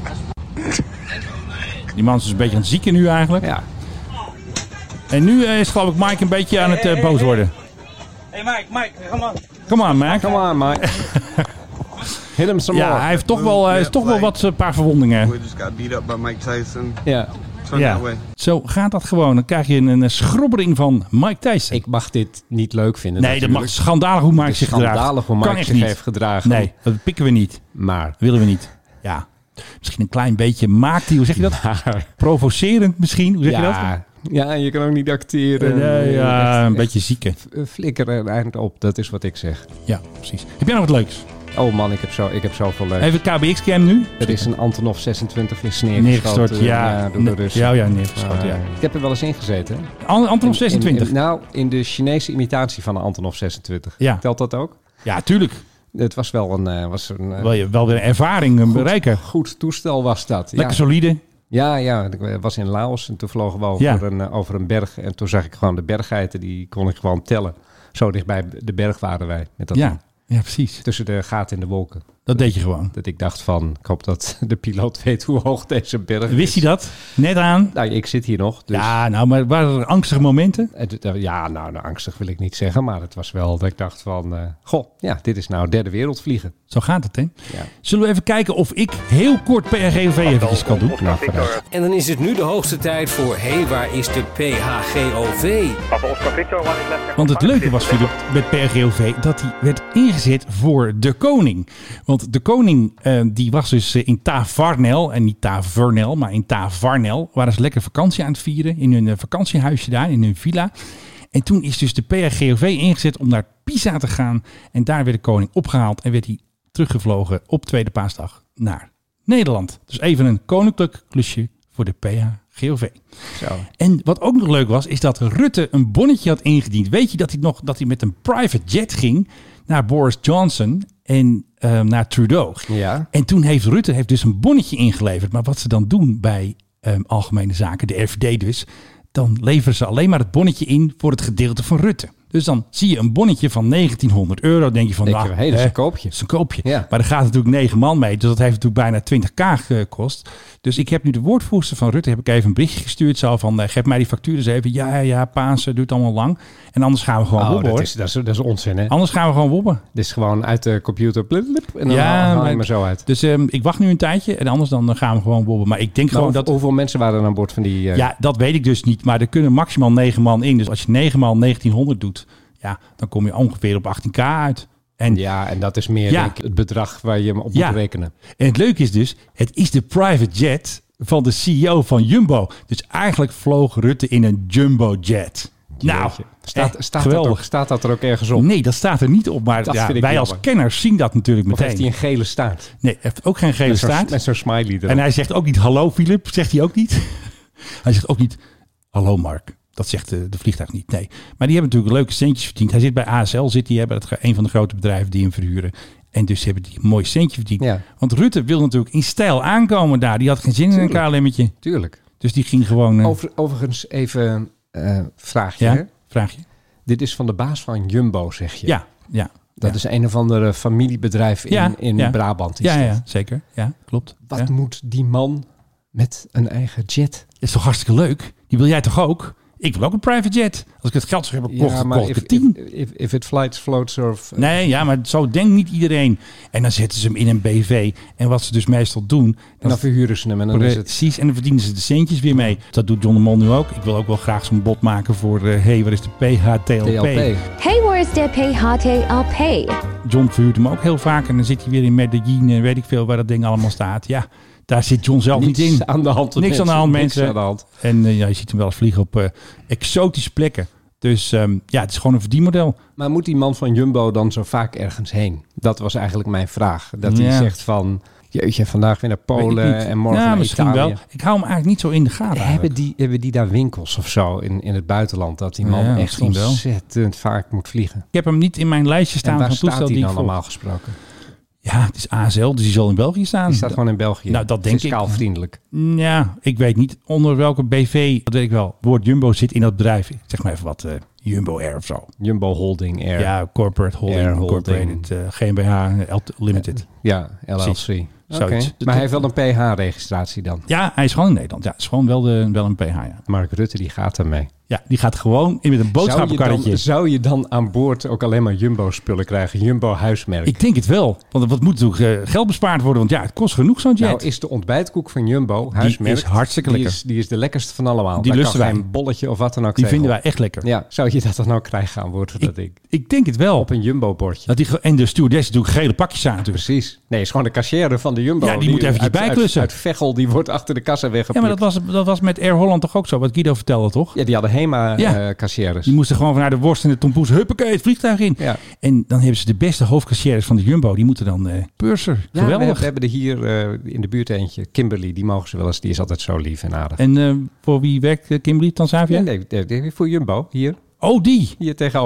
Die man is dus een beetje aan het zieken nu eigenlijk. Ja. En nu eh, is geloof ik Mike een beetje aan het eh, boos worden. Hey Mike, Mike, come on. Come on, Mike. Come on, Mike. Hit hem some Ja, more. hij heeft toch wel, hij heeft toch wel wat een paar verwondingen. We just got beat up by Mike Tyson. Ja. Turn Ja, that way. zo gaat dat gewoon. Dan krijg je een, een schrobbering van Mike Tyson. Ik mag dit niet leuk vinden. nee, dat mag natuurlijk. schandalig hoe Mike Het is zich gedraagt. schandalig hoe Kan Mike echt zich niet. heeft gedragen. Nee, dat pikken we niet. Maar. Willen we niet. Ja, misschien een klein beetje maakt hij, hoe zeg je dat? Maar. Provocerend misschien, hoe zeg je dat? Ja, ja, je kan ook niet acteren. Nee, ja, Echt- een beetje zieke. echt Flikker er eind op, dat is wat ik zeg. Ja, precies. Heb jij nog wat leuks? Oh man, ik heb, zo, ik heb zoveel leuk. Even het K B X-cam nu. Er is een Antonov zesentwintig is neergestort. Neergestort, eh, ja. door de Russen. Ja, ja, neergestort, Uh, ja. Ik heb er wel eens in gezeten. hè. An- Antonov In- in- zesentwintig. in- nou, in de Chinese imitatie van een Antonov zesentwintig. Ja. Telt dat ook? Ja, tuurlijk. Het was wel een, eh, was een eh, Wel, je, wel weer een ervaring een goed, bereiken. goed toestel was dat. Lekker ja. solide. Ja, ja, ik was in Laos en toen vlogen we over, Ja. een, uh, over een berg. En toen zag ik gewoon de berggeiten, die kon ik gewoon tellen. Zo dichtbij de berg waren wij. Met dat Ja, ding. ja, precies. Tussen de gaten in de wolken. Dat deed je gewoon. Dat ik dacht van, ik hoop dat de piloot weet hoe hoog deze berg is. Wist hij dat? Net aan? Nou, ik zit hier nog. Dus... Ja, nou, maar waren er angstige momenten? Ja, nou, nou, angstig wil ik niet zeggen. Maar het was wel dat ik dacht van, uh, goh, ja, dit is nou derde wereld vliegen. Zo gaat het, hè? Ja. Zullen we even kijken of ik heel kort P H G O V eventjes kan doen? Nou, vooruit. En dan is het nu de hoogste tijd voor... Hé, hey, waar is de P H G O V? Want het leuke was, Philip, met P H G O V... dat hij werd ingezet voor de koning. Want de koning, uh, die was dus uh, in Tavarnel... en niet Tavernel, maar in Tavarnel... waren ze lekker vakantie aan het vieren... in hun uh, vakantiehuisje daar, in hun villa... En toen is dus de P H G O V ingezet om naar Pisa te gaan. En daar werd de koning opgehaald en werd hij teruggevlogen op tweede paasdag naar Nederland. Dus even een koninklijk klusje voor de P H G O V. Zo. En wat ook nog leuk was, is dat Rutte een bonnetje had ingediend. Weet je dat hij nog dat hij met een private jet ging naar Boris Johnson en uh, naar Trudeau. Ja. En toen heeft Rutte heeft dus een bonnetje ingeleverd. Maar wat ze dan doen bij um, Algemene Zaken, de R V D dus... dan leveren ze alleen maar het bonnetje in voor het gedeelte van Rutte. Dus dan zie je een bonnetje van negentienhonderd euro. Denk je van, nou, nou, hey, dat is een koopje. Dat is een koopje. Ja. Maar er gaat natuurlijk negen man mee. Dus dat heeft natuurlijk bijna twintig k gekost. Dus ik heb nu de woordvoerster van Rutte, heb ik even een berichtje gestuurd. Zo van, uh, geef mij die factuur eens even. Ja, ja, Pasen duurt allemaal lang. En anders gaan we gewoon oh, wobben, dat hoor. is, dat, is, dat is onzin, hè? Anders gaan we gewoon wobben. Dit is gewoon uit de computer. Blip, blip, en dan ja, haal je maar, maar zo uit. Dus um, ik wacht nu een tijdje. En anders dan gaan we gewoon wobben. Maar ik denk maar gewoon hoeveel, dat... Hoeveel mensen waren er aan boord van die... Uh... Ja, dat weet ik dus niet. Maar er kunnen maximaal negen man in. Dus als je negen maal negentienhonderd doet... ja, dan kom je ongeveer op achttien k uit. En ja, en dat is meer ja, denk ik, het bedrag waar je op ja, moet rekenen. En het leuke is dus, het is de private jet van de C E O van Jumbo. Dus eigenlijk vloog Rutte in een Jumbo jet. Nou, staat, eh, staat, dat ook, staat dat er ook ergens op? Nee, dat staat er niet op. Maar ja, wij jammer. als kenners zien dat natuurlijk meteen. Of heeft hij een gele staart? Nee, hij heeft ook geen gele met staart. Met zo'n smiley erop. En hij zegt ook niet hallo Philip, zegt hij ook niet. Hij zegt ook niet hallo Mark. Dat zegt de, de vliegtuig niet, nee. Maar die hebben natuurlijk leuke centjes verdiend. Hij zit bij A S L, zit die hebben, dat een van de grote bedrijven die hem verhuren. En dus hebben die een mooi centje verdiend. Ja. Want Rutte wil natuurlijk in stijl aankomen daar. Die had geen zin Tuurlijk. in een K L M'tje. Tuurlijk. Dus die ging gewoon... Uh... Over, overigens even uh, vraagje. Ja, hè? vraagje. Dit is van de baas van Jumbo, zeg je? Ja, ja. Dat ja. is een of andere familiebedrijf in, ja, in ja. Brabant. Is ja, dat. ja, zeker. Ja, klopt. Wat ja. moet die man met een eigen jet? Dat is toch hartstikke leuk? Die wil jij toch ook? Ik wil ook een private jet. Als ik het geld zou hebben, kocht, ja, maar kocht ik if, het tien. If, if, if it flights, floats of... Uh... Nee, ja, maar zo denkt niet iedereen. En dan zetten ze hem in een B V. En wat ze dus meestal doen... Dan en dan verhuren ze hem. En dan is het... Precies, en dan verdienen ze de centjes weer mee. Dat doet John de Mol nu ook. Ik wil ook wel graag zo'n bod maken voor... Uh, hey, waar is de P H T L P? Hey, waar is de P H T L P? John verhuurt hem ook heel vaak. En dan zit hij weer in Medellin en weet ik veel waar dat ding allemaal staat. Ja, daar zit John zelf Niets niet in. aan de hand. Niks mensen. aan de hand, Niks mensen. aan de hand. En uh, ja, je ziet hem wel eens vliegen op uh, exotische plekken. Dus um, ja, het is gewoon een verdienmodel. Maar moet die man van Jumbo dan zo vaak ergens heen? Dat was eigenlijk mijn vraag. Dat hij ja. zegt van... Jeetje, vandaag weer naar Polen en morgen ja, naar misschien Italië. wel. Ik hou hem eigenlijk niet zo in de gaten. Hebben die, hebben die daar winkels of zo in, in het buitenland? Dat die man ja, echt ontzettend wel. vaak moet vliegen. Ik heb hem niet in mijn lijstje staan en waar van staat toestel die die dan ik normaal gesproken? Ja, het is A S L, dus die zal in België staan. Die staat gewoon in België. Nou, dat denk Fiscaal ik. vriendelijk. Ja, ik weet niet onder welke B V, dat weet ik wel. Het woord Jumbo zit in dat bedrijf. Ik zeg maar even wat, uh, Jumbo Air of zo. Jumbo Holding Air. Ja, Corporate Holding, Air Incorporated, uh, G M B H, Limited. Ja, L L C. Oké, okay. Maar hij heeft wel een P H-registratie dan? Ja, hij is gewoon in Nederland. Ja, het is gewoon wel, de, wel een P H, ja. Mark Rutte, die gaat ermee. Ja, die gaat gewoon in met een boodschappenkarretje. Zou je dan aan boord ook alleen maar Jumbo-spullen krijgen? Jumbo-huismerk? Ik denk het wel. Want wat moet natuurlijk uh, geld bespaard worden? Want ja, het kost genoeg zo'n jet. Nou, is de ontbijtkoek van Jumbo, huismerk... Die is hartstikke lekker. Die is, die is de lekkerste van allemaal. Die Daar lusten kan wij. geen bolletje of wat dan ook Die tegen. vinden wij echt lekker. Ja, zou je dat dan ook krijgen aan boord? Dat ik, ik denk het wel. Op een Jumbo-bordje. Dat die, en de stewardess natuurlijk gele pakjes aan natuurlijk. Precies. Nee, is gewoon de cashier van de Jumbo. Ja, die, die moet eventjes bijklussen. Uit, uit Veghel, die wordt achter de kassa weggeplukt. Ja, maar dat was, dat was met Air Holland toch ook zo? Wat Guido vertelde, toch? Ja, die hadden HEMA-cashiers. Ja. Uh, die moesten gewoon vanuit de worst en de tompoes, huppakee, het vliegtuig in. Ja. En dan hebben ze de beste hoofdkassiers van de Jumbo. Die moeten dan uh, purser. Ja, geweldig. We, we hebben er hier uh, in de buurt eentje. Kimberly, die mogen ze wel eens. Die is altijd zo lief en aardig. En uh, voor wie werkt uh, Kimberly Transavia? Ja, nee, nee, nee, voor Jumbo, hier. Oh, die? Hier tegenover.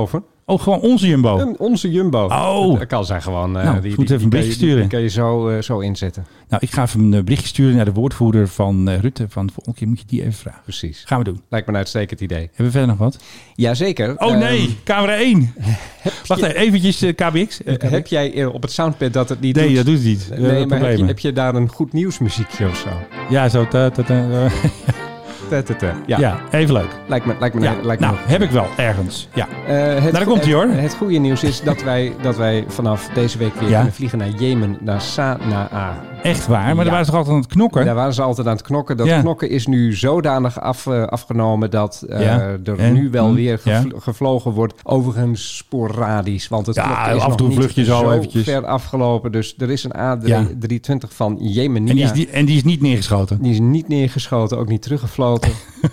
Oh, gewoon onze Jumbo? Een, onze Jumbo. Oh. Dat kan zijn gewoon. Uh, nou, die, ik moet die, even een die, berichtje die, sturen. Die kan je zo, uh, zo inzetten. Nou, ik ga even een berichtje sturen naar de woordvoerder van uh, Rutte. Van de volgende keer moet je die even vragen. Precies. Gaan we doen. Lijkt me een uitstekend idee. Hebben we verder nog wat? Jazeker. Oh nee, um, camera één. Wacht even, eventjes uh, K B X. Uh, heb jij uh, op het soundpad dat het niet nee, doet? Nee, dat doet het niet. Nee, nee maar heb je, heb je daar een goed nieuwsmuziekje of zo? Ja, zo. Ta, ta, ta, uh. Ta, ta, ta. Ja. ja, even leuk. Lijkt me, lijkt me, ja. lijkt me nou, heb ik wel ergens. Ja. Uh, het, nou, daar komt hij hoor. Het, het goede nieuws is dat wij, dat wij vanaf deze week weer ja. kunnen vliegen naar Jemen, naar Sanaa. Echt waar? Maar ja. daar waren ze altijd aan het knokken. Daar waren ze altijd aan het knokken. Dat ja. knokken is nu zodanig af, uh, afgenomen dat uh, ja. er en? nu wel weer gevl- ja. gevlogen wordt. Overigens sporadisch, want het ja, knokken is af en toe nog niet vluchtje zo eventjes. ver afgelopen. Dus er is een A driehonderdtwintig ja. van Jemenia. En die, is die, en die is niet neergeschoten? Die is niet neergeschoten, ook niet teruggefloten.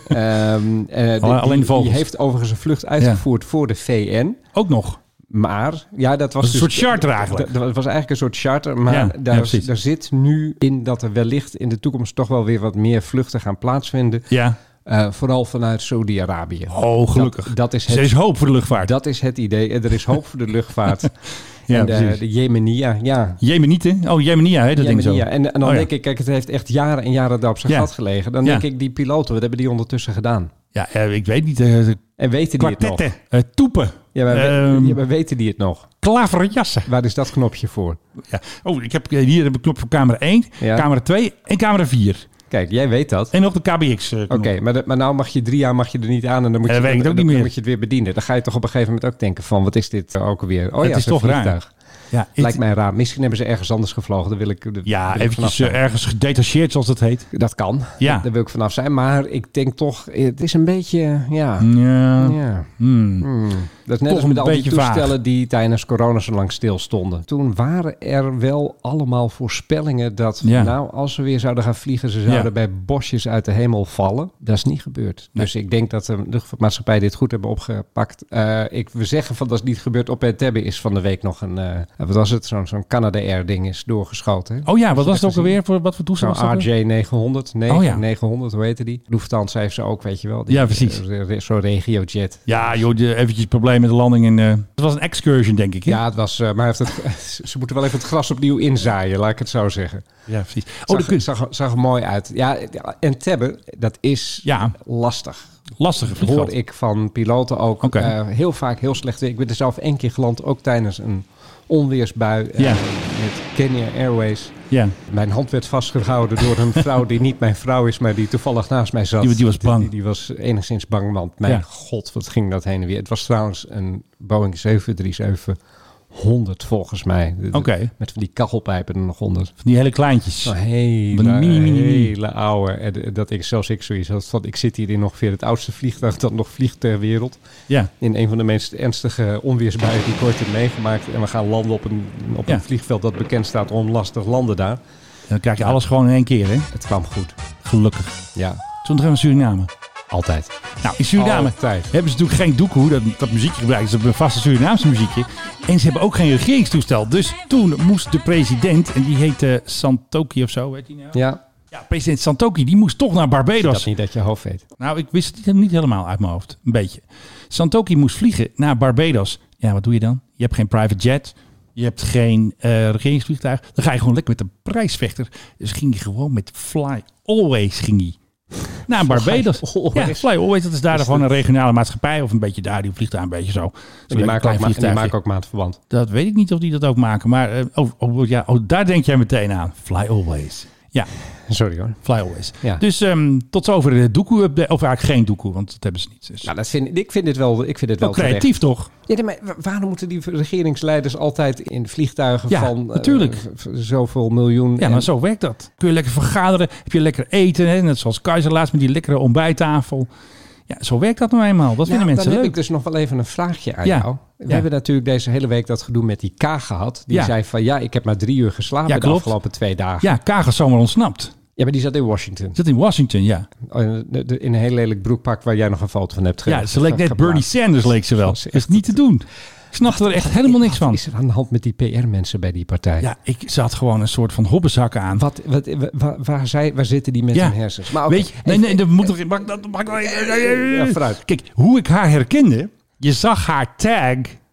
um, uh, Alleen, alleen de vogels. Die heeft overigens een vlucht uitgevoerd ja. voor de V N. Ook nog? Maar, ja, dat was, dat was dus, een soort charter eigenlijk. Dat, dat was eigenlijk een soort charter, maar ja, daar, ja, daar zit nu in dat er wellicht in de toekomst toch wel weer wat meer vluchten gaan plaatsvinden. Ja. Uh, vooral vanuit Saudi-Arabië. Oh, gelukkig. Dat, dat is het, er is hoop voor de luchtvaart. Dat is het idee. Er is hoop voor de luchtvaart. ja, en de, de Jemenia, ja. Jemenieten? Oh, Jemenia, hè, dat Jemenia. ding zo. En, en dan oh, denk ja. ik, kijk, het heeft echt jaren en jaren daar op zijn ja. gat gelegen. Dan ja. denk ik, die piloten, wat hebben die ondertussen gedaan? Ja, uh, ik weet niet. Uh, en weten die het nog? Uh, toepen. Ja maar, um, ja, maar weten die het nog? Klaverjassen. Waar is dat knopje voor? Ja. Oh, ik heb, hier heb ik een knop voor camera één, ja. camera twee en camera vier. Kijk, jij weet dat. En nog de K B X. Uh, Oké, okay, maar, maar nou mag je drie jaar mag je er niet aan en dan moet, ja, je, dan, dan, dan, dan, dan moet je het weer bedienen. Dan ga je toch op een gegeven moment ook denken van, wat is dit ook alweer? Oh het ja, is toch vliegtuig. raar. Ja, Lijkt het... mij raar. Misschien hebben ze ergens anders gevlogen. Daar wil ik, daar ja, wil eventjes uh, ergens gedetacheerd, zoals dat heet. Dat kan. Ja. Daar wil ik vanaf zijn. Maar ik denk toch, het is een beetje, ja. Ja. ja. Hmm. Hmm. Dat is net toch als met al die toestellen vaag. die tijdens corona zo lang stilstonden. Toen waren er wel allemaal voorspellingen dat, ja. nou, als we weer zouden gaan vliegen, ze zouden ja. bij bosjes uit de hemel vallen. Dat is niet gebeurd. Nee. Dus ik denk dat de luchtvaartmaatschappij dit goed hebben opgepakt. Uh, ik wil zeggen van dat is niet gebeurd. Op Entebbe is van de week nog een, uh, wat was het, zo'n, zo'n Canada Air ding is doorgeschoten. Oh ja, wat was het ook alweer? Voor, wat voor toestel was dat? R J negenhonderd. Nee, oh, ja. negenhonderd, hoe heette die? Lufthansa heeft ze ook, weet je wel. Die, ja, precies. Uh, zo'n regiojet. Ja, joh, de, eventjes probleem met de landing in... Uh, het was een excursion, denk ik. Hè? Ja, het was... Uh, maar heeft het, ze moeten wel even het gras opnieuw inzaaien, laat ik het zo zeggen. Ja, precies. Oh, zag, zag, zag er mooi uit. Ja, Entebbe, dat is ja. lastig. Lastige vliegveld. Hoor ik van piloten ook. Okay. Uh, heel vaak heel slecht weer. Ik ben er zelf één keer geland, ook tijdens een onweersbui uh, ja. met Kenya Airways. Ja. Mijn hand werd vastgehouden door een vrouw die niet mijn vrouw is, maar die toevallig naast mij zat. Die, die was bang. Die, die was enigszins bang, want mijn ja. god, wat ging dat heen en weer. Het was trouwens een Boeing zeven drie zeven honderd volgens mij. Oké. Okay. Met van die kachelpijpen er nog onder. Van die hele kleintjes. Oh, hele, mini, mini, hele oude. En dat ik zelfs ik zoiets had van, ik zit hier in ongeveer het oudste vliegtuig dat nog vliegt ter wereld. Ja. In een van de meest ernstige onweersbuien die ik ooit heb meegemaakt. En we gaan landen op een, op ja. een vliegveld dat bekend staat om lastig landen daar. Dan krijg je alles gewoon in één keer, hè? Het kwam goed. Gelukkig. Ja. Toen gaan we naar Suriname. Altijd. Nou, in Suriname Altijd. hebben ze natuurlijk geen doekoe, dat, dat muziekje gebruiken ze, een vaste Surinaamse muziekje. En ze hebben ook geen regeringstoestel. Dus toen moest de president, en die heette Santoki of zo, weet je nou? Ja. Ja, president Santoki, die moest toch naar Barbados. Dat niet dat je hoofd weet. Nou, ik wist het niet helemaal uit mijn hoofd. Een beetje. Santoki moest vliegen naar Barbados. Ja, wat doe je dan? Je hebt geen private jet. Je hebt geen uh, regeringsvliegtuig. Dan ga je gewoon lekker met een prijsvechter. Dus ging je gewoon met Fly Always ging hij. Naar Barbados. Fly Always. Ja, Fly Always. Dat is daar is gewoon een regionale maatschappij. Of een beetje daar. Die vliegt daar een beetje zo. Die maken, ook ma- die maken ook maandverband. Dat weet ik niet of die dat ook maken. Maar uh, oh, oh, ja, oh, daar denk jij meteen aan. Fly Always. Ja. Sorry hoor. Fly Always. Ja. Dus um, tot zover de doekoe. Of eigenlijk geen doekoe, want dat hebben ze niet. Dus. Nou, dat vind, ik vind dit wel, ik vind dit wel creatief terecht. toch? Ja, maar waarom moeten die regeringsleiders altijd in vliegtuigen ja, van natuurlijk. Uh, zoveel miljoen? Ja, en... maar zo werkt dat. Kun je lekker vergaderen, heb je lekker eten. Hè? Net zoals Keizer laatst met die lekkere ontbijttafel. Ja, zo werkt dat nou eenmaal. Dat vinden nou, mensen dan leuk. heb ik dus nog wel even een vraagje aan ja. jou. We ja. hebben natuurlijk deze hele week dat gedoe met die K gehad. Die ja. zei van ja, ik heb maar drie uur geslapen ja, de afgelopen twee dagen. Ja, K is zomaar ontsnapt. Ja, maar die zat in Washington. Zat in Washington, ja. In een heel lelijk broekpak waar jij nog een foto van hebt gedaan. Ja, ze leek net Bernie Sanders, leek ze wel. Dat is niet te doen. Ik snapte er echt helemaal niks van. Wat is er aan de hand met die P R-mensen bij die partij? Ja, ik zat gewoon een soort van hobbezakken aan. Wat, wat, waar, waar, zij, waar zitten die met ja. hun hersens? Maar okay, weet je, nee, nee, dat moet er... Dat mag ja, vooruit. Kijk, hoe ik haar herkende, je zag haar tag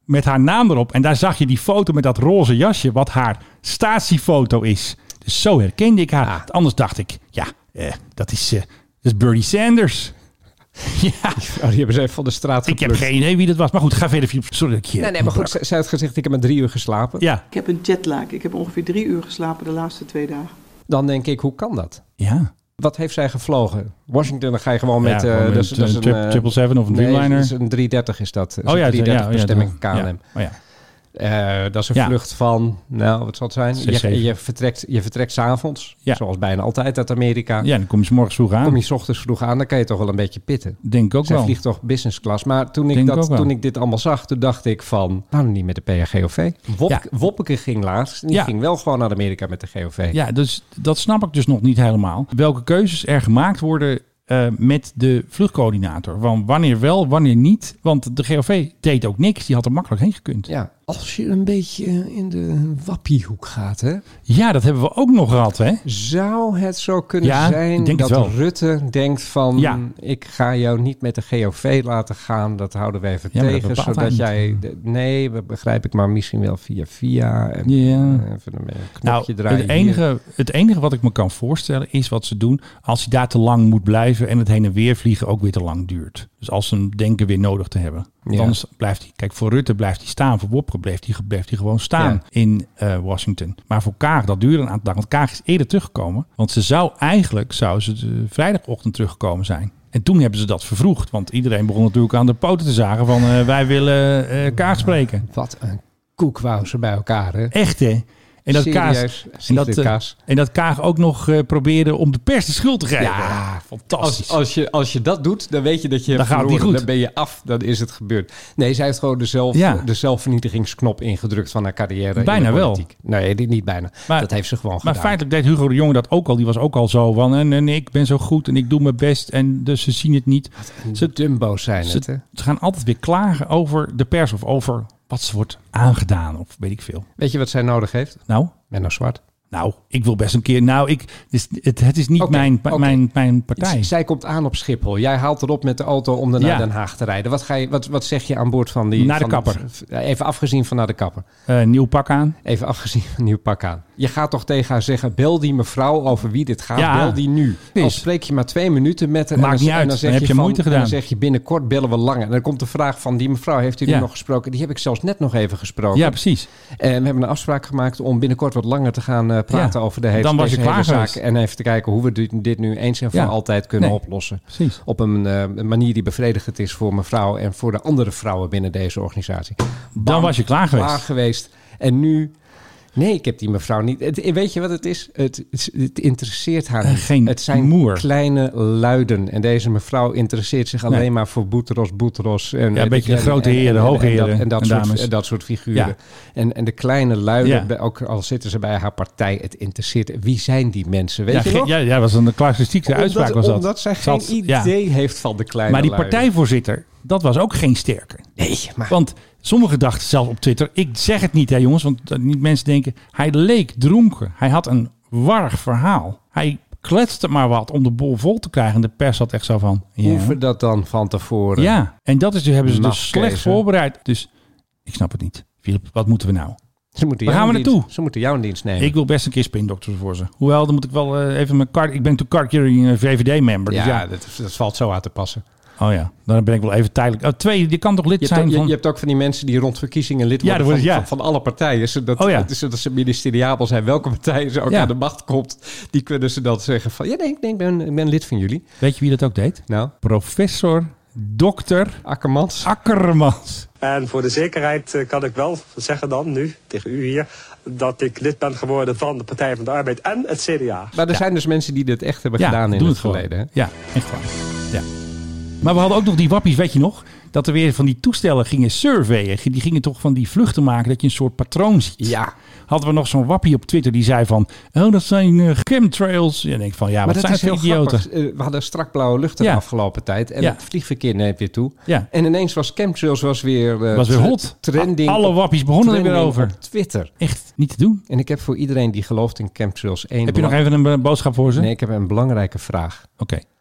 met haar naam erop. En daar zag je die foto met dat roze jasje, wat haar statiefoto is. Dus zo herkende ik haar. Ah. Anders dacht ik, ja, eh, dat, is, uh, dat is Bernie Sanders. Ja. Oh, die hebben ze even van de straat Ik geplukt. heb geen idee wie dat was. Maar goed, ga verder. Sorry dat ik je... Nee, nee, maar goed, zij had gezegd, ik heb maar drie uur geslapen. Ja. Ik heb een jetlag. Ik heb ongeveer drie uur geslapen de laatste twee dagen. Dan denk ik, hoe kan dat? Ja. Wat heeft zij gevlogen? Washington, dan ga je gewoon met... Ja, uh, gewoon dat is, met dat is een een triple uh, seven of een nee, Dreamliner. dat is een driehonderddertig is dat. dat is Oh ja, een driehonderddertig ja, ja, bestemming ja, K L M. Ja, oh ja. Uh, dat is een ja. vlucht van, nou, wat zal het zijn? zes, Je, je vertrekt, je vertrekt 's avonds, ja. zoals bijna altijd uit Amerika. Ja, dan kom je 's morgens vroeg aan. Kom je 's ochtends vroeg aan, dan kan je toch wel een beetje pitten. Denk ik ook Zij wel. vliegt toch business class. Maar toen ik, Denk dat, ook wel. toen ik dit allemaal zag, toen dacht ik van, waarom niet met de P H G O V? Wop, Ja. Woppeke ging laatst, die Ja. ging wel gewoon naar Amerika met de G O V. Ja, dus dat snap ik dus nog niet helemaal. Welke keuzes er gemaakt worden uh, met de vluchtcoördinator. Van wanneer wel, wanneer niet. Want de G O V deed ook niks. Die had er makkelijk heen gekund. Ja, als je een beetje in de wappiehoek gaat, hè? Ja, dat hebben we ook nog gehad, hè? Zou het zo kunnen Ja, zijn ik denk dat het wel. Rutte denkt van... Ja. ik ga jou niet met de G O V laten gaan, dat houden we even Ja, maar dat tegen. bepaalt Zodat hij jij... de- nee, dat begrijp ik, maar misschien wel via via. En, Ja. eh, even een knopje Nou, draaien het hier. enige, het enige wat ik me kan voorstellen is wat ze doen als hij daar te lang moet blijven en het heen en weer vliegen ook weer te lang duurt. Dus als ze hem denken weer nodig te hebben. Want Ja. anders blijft hij, kijk, voor Rutte blijft hij staan, voor Wopke blijft hij, blijft hij gewoon staan Ja. in uh, Washington. Maar voor Kaag, dat duurde een aantal dagen. Want Kaag is eerder teruggekomen. Want ze zou eigenlijk, zou ze de vrijdagochtend teruggekomen zijn. En toen hebben ze dat vervroegd. Want iedereen begon natuurlijk aan de poten te zagen van uh, wij willen uh, Kaag spreken. Wat een koek wou ze bij elkaar, hè? Echt, hè? En dat, Serieus, Kaas, en, dat, Sigrid uh, Kaas. en dat Kaag ook nog uh, probeerde om de pers de schuld te geven. Ja, fantastisch. Als, als, je, als je dat doet, dan weet je dat je hebt Dan gaat het niet verloren. goed. Dan ben je af, dan is het gebeurd. Nee, zij heeft gewoon de, zelf, Ja. de zelfvernietigingsknop ingedrukt van haar carrière. Bijna in de wel. politiek. Nee, dit niet bijna. Maar- dat heeft ze gewoon Maar gedaan. feitelijk deed Hugo de Jonge dat ook al. Die was ook al zo van, en, en ik ben zo goed en ik doe mijn best. En dus ze zien het niet. Ze dumbo's zijn Ze, het, hè? ze gaan altijd weer klagen over de pers of over wat ze wordt aangedaan. Of weet ik veel. Weet je wat zij nodig heeft? Nou? Menno Zwart. Nou, ik wil best een keer... Nou, ik, dus het, het is niet Oké, mijn, oké. mijn, mijn partij. Z- Zij komt aan op Schiphol. Jij haalt erop met de auto om naar Ja. Den Haag te rijden. Wat, ga je, wat, wat zeg je aan boord van die... Naar de van kapper. Even afgezien van naar de kapper. Uh, nieuw pak aan. Even afgezien van nieuw pak aan. Je gaat toch tegen haar zeggen, bel die mevrouw over wie dit gaat. Ja. Bel die nu. Is. Al spreek je maar twee minuten met haar. Maakt en dan, niet uit. En dan, zeg Dan heb je van- moeite en dan gedaan. zeg je binnenkort bellen we langer. En dan komt de vraag van die mevrouw, heeft u nu Ja. nog gesproken? Die heb ik zelfs net nog even gesproken. Ja, precies. En we hebben een afspraak gemaakt om binnenkort wat langer te gaan uh, praten Ja. over de hele, Dan was deze je klaar hele zaak. geweest. En even te kijken hoe we dit, dit nu eens en voor Ja. altijd kunnen Nee. oplossen. Precies. Op een uh, manier die bevredigend is voor mevrouw en voor de andere vrouwen binnen deze organisatie. Dan Bam, was je klaar geweest. Klaar geweest. En nu... Nee, ik heb die mevrouw niet. Het, weet je wat het is? Het, het, het interesseert haar Uh, niet. geen Het zijn moer. kleine luiden. En deze mevrouw interesseert zich alleen Nee. maar voor boeteros, boeteros. En, Ja, een beetje de en- grote en- heren, en- de hoge en dat- heren En dat, en soort, dames. en dat soort figuren. Ja. En, en de kleine luiden, Ja. bij- ook al zitten ze bij haar partij, het interesseert. Wie zijn die mensen? Weet Ja, je ge- nog? ja, ja, was een klassieke uitspraak. omdat, Was dat. omdat zij geen Zat- ja. idee heeft van de kleine Maar die luiden. partijvoorzitter, dat was ook geen sterke. Nee, maar... Want sommigen dachten zelfs op Twitter, ik zeg het niet hè jongens, want dat niet mensen denken, hij leek dronken. Hij had een warrig verhaal. Hij kletste maar wat om de bol vol te krijgen. En de pers had echt zo van, ja. Oefen dat dan van tevoren. Ja, en dat is, hebben ze dus Mafkees, slecht hè? voorbereid. Dus ik snap het niet. Philip, wat moeten we nou? Ze moeten Waar jou gaan we in dienst- naartoe? Ze moeten jou in dienst nemen. Ik wil best een keer spindokter voor ze. Hoewel, dan moet ik wel uh, even mijn card... Ik ben natuurlijk cardcarrying V V D-member. ja, Dus ja. Dat, dat valt zo aan te passen. Oh ja, dan ben ik wel even tijdelijk... Oh, twee, je kan toch lid Je hebt, zijn ook, je, van... je hebt ook van die mensen die rond verkiezingen lid Ja, worden dat van, wordt- ja. van, van alle partijen. Zodat, Oh ja. zodat ze ministeriabel zijn. Welke partij ze ook Ja. aan de macht komt, die kunnen ze dan zeggen van... Ja, nee, nee ik, ben, ik ben lid van jullie. Weet je wie dat ook deed? Nou? Professor dokter Akkermans. Akkermans. En voor de zekerheid eh, kan ik wel zeggen dan nu, tegen u hier, dat ik lid ben geworden van de Partij van de Arbeid en het C D A. Maar er zijn dus mensen die dit echt hebben Ja, gedaan in doen het, het gewoon. verleden. Hè? Ja, echt waar. Ja. Maar we hadden ook nog die wappies, weet je nog? Dat er weer van die toestellen gingen surveyen. Die gingen toch van die vluchten maken dat je een soort patroon ziet. Ja. Hadden we nog zo'n wappie op Twitter die zei van... Oh, dat zijn uh, chemtrails. Ja, dan denk ik van, ja, Maar wat dat zijn is voor heel idioten? grappig. Uh, we hadden strak blauwe lucht de Ja. afgelopen tijd. En Ja. het vliegverkeer neemt weer toe. Ja. En ineens was chemtrails was weer, uh, Was weer tre- hot. Trending. Alle op- wappies begonnen er weer trending over. op Twitter. Echt niet te doen. En ik heb voor iedereen die gelooft in chemtrails één... Heb je nog belang- even een uh, boodschap voor ze? Nee, ik heb een belangrijke vraag. Oké.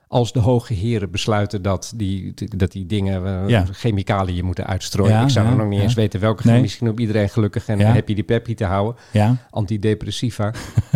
als de hoge heren besluiten dat die, dat die dingen, uh, Ja. chemicaliën moeten uitstrooien. Ja, ik zou ja, nog niet ja. eens weten welke, Nee. misschien op iedereen gelukkig en Ja. happy die peppy te houden. Ja. Antidepressiva.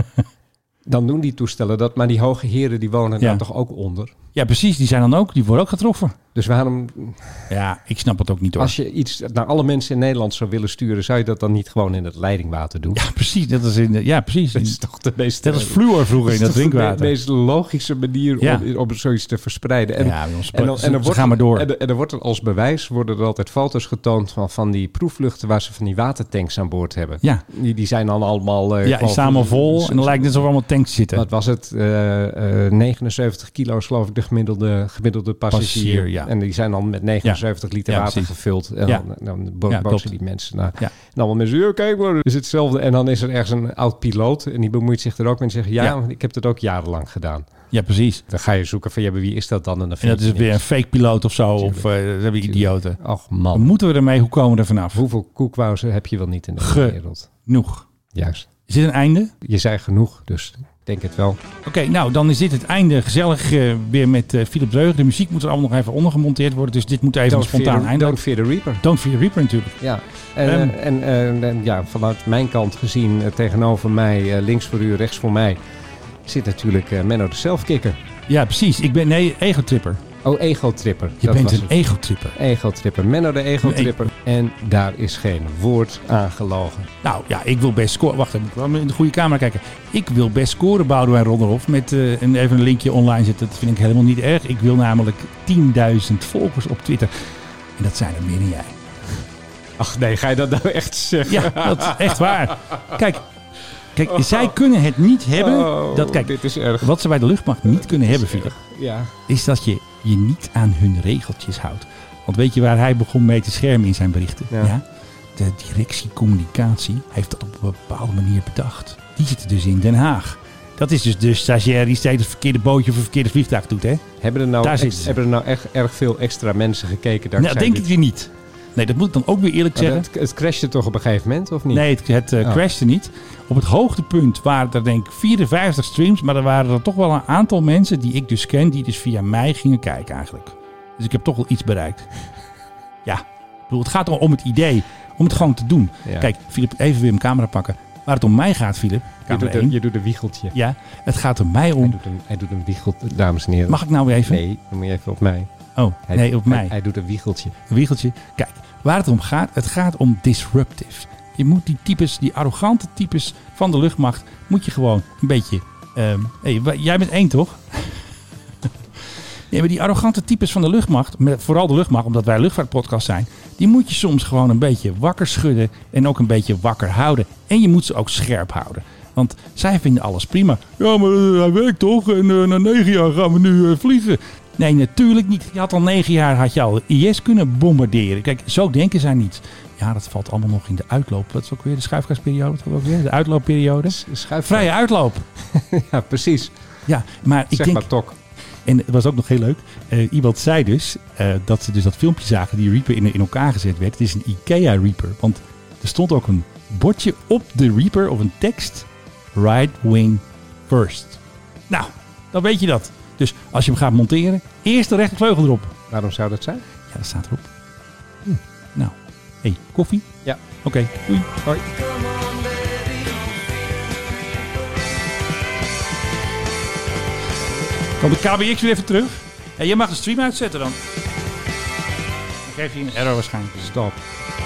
Dan doen die toestellen dat, maar die hoge heren die wonen Ja. daar toch ook onder. Ja, precies. Die zijn dan ook, die worden ook getroffen. Dus waarom, Ja, ik snap het ook niet hoor. als je iets naar alle mensen in Nederland zou willen sturen, zou je dat dan niet gewoon in het leidingwater doen? Ja, precies. Dat is in de, ja, precies. Dat is toch de meest... Dat is fluor vroeger in dat is toch drinkwater. de meest logische manier Ja. om, om zoiets te verspreiden. En, Ja, jongens, en, dan- ze- en, dan ze wordt, gaan maar door. En, en er wordt er als bewijs worden er altijd foto's getoond van, van die proefvluchten waar ze van die watertanks aan boord hebben. Ja. Die, die zijn dan allemaal... uh, Ja, die staan allemaal vol en dan lijkt het alsof er allemaal tanks zitten. Wat was het? Uh, uh, negenenzeventig kilo is geloof ik de gemiddelde, gemiddelde passagier. Passagier, ja. En die zijn dan met negenenzeventig liter Ja, water precies. gevuld. En Ja. dan, dan bo- Ja, bootsen klopt. die mensen naar. Ja. En allemaal mensen, ja, kijk maar, is hetzelfde. En dan is er ergens een oud piloot en die bemoeit zich er ook mee en zegt, ja, Ja. ik heb het ook jarenlang gedaan. Ja, precies. Dan ga je zoeken van, ja, maar wie is dat dan? En, dan En vind dat je is weer een niks. fake piloot of zo. Of uh, dat hebben we idioten. Och Wat man, moeten we ermee? Hoe komen we er vanaf? hoeveel koekwauzen heb je wel niet in de Ge- wereld? Genoeg. Juist. Is dit een einde? Je zei genoeg, dus ik denk het wel. Oké, nou dan is dit het einde. Gezellig uh, weer met uh, Philip Dreugen. De muziek moet er allemaal nog even ondergemonteerd worden. Dus dit moet even Don't een spontaan fear the- einde. Don't Fear the Reaper. Don't Fear the Reaper natuurlijk. Ja, en, Um, en, en, en ja, vanuit mijn kant gezien, uh, tegenover mij, uh, links voor u, rechts voor mij, zit natuurlijk uh, Menno de Selfkicker. Ja, precies. Ik ben, nee, egotripper. Oh, egotripper. Je Dat bent was een het. egotripper. Egotripper. Menno de egotripper. En daar is geen woord aan gelogen. Nou ja, ik wil best scoren. Wacht, dan moet ik wel in de goede camera kijken. Ik wil best scoren, Boudewijn Ronderhof. Met uh, een, even een linkje online zetten. Dat vind ik helemaal niet erg. Ik wil namelijk tienduizend volgers op Twitter. En dat zijn er meer dan jij. Ach nee, ga je dat nou echt zeggen? Ja, dat is echt waar. Kijk, kijk zij kunnen het niet hebben. Oh, dat, kijk, dit is erg. wat ze bij de luchtmacht niet kunnen hebben, Philip, Ja. is dat je je niet aan hun regeltjes houdt. Want weet je waar hij begon mee te schermen in zijn berichten? Ja. Ja? De directie communicatie heeft dat op een bepaalde manier bedacht. Die zitten dus in Den Haag. Dat is dus de stagiair die steeds het verkeerde bootje of het verkeerde vliegtuig doet, hè? Hebben er nou, Daar ex- zitten ze. hebben er nou echt erg veel extra mensen gekeken? Nou, dankzij denk dit? ik weer niet. Nee, dat moet ik dan ook weer eerlijk Maar zeggen. Het, het crashte toch op een gegeven moment, of niet? Nee, het, het uh, Oh. crashte niet. Op het hoogtepunt waren er denk ik vierenvijftig streams. Maar er waren er toch wel een aantal mensen die ik dus ken. Die dus via mij gingen kijken eigenlijk. Dus ik heb toch wel iets bereikt. Ja, ik bedoel, het gaat om het idee. Om het gewoon te doen. Ja. Kijk, Filip, even weer mijn camera pakken. Waar het om mij gaat, Filip. Je Camera doet, een, één. je doet een wiegeltje. Ja, het gaat er mij Hij om. doet een, hij doet een wiegeltje, dames en heren. Mag ik nou weer even? Nee, dan moet je even op mij. Oh, Hij, nee, op hij- mij. Hij, doet een wiegeltje. Een wiegeltje. Kijk, waar het om gaat, het gaat om disruptive. Je moet die types, die arrogante types van de luchtmacht, moet je gewoon een beetje... Um, hey, wa- jij bent één, toch? Nee, maar die arrogante types van de luchtmacht, met, vooral de luchtmacht, omdat wij een luchtvaartpodcast zijn, die moet je soms gewoon een beetje wakker schudden en ook een beetje wakker houden. En je moet ze ook scherp houden. Want zij vinden alles prima. Ja, maar uh, hij werkt toch? En uh, na negen jaar gaan we nu uh, vliegen. Nee, natuurlijk niet. Je had al negen jaar had je al I S kunnen bombarderen. Kijk, zo denken zij niet. Ja, dat valt allemaal nog in de uitloop. Dat is ook weer de schuifkastperiode. Wat was ook weer? De uitloopperiode. Schuif- Vrije uitloop. Ja, precies. Ja, maar ik Zeg denk... maar tok. En het was ook nog heel leuk. Uh, iemand zei dus uh, dat ze dus dat filmpje zagen die Reaper in, in elkaar gezet werd. Het is een IKEA Reaper. Want er stond ook een bordje op de Reaper of een tekst. Right wing first. Nou, dan weet je dat. Dus als je hem gaat monteren, eerst de rechtervleugel erop. Waarom zou dat zijn? Ja, dat staat erop. Hm. Nou, hey, koffie? Ja. Oké, okay, doei. Hoi. Komt de K B X weer even terug? Hey, jij mag de stream uitzetten dan. Dan geef je een error waarschijnlijk. Stop.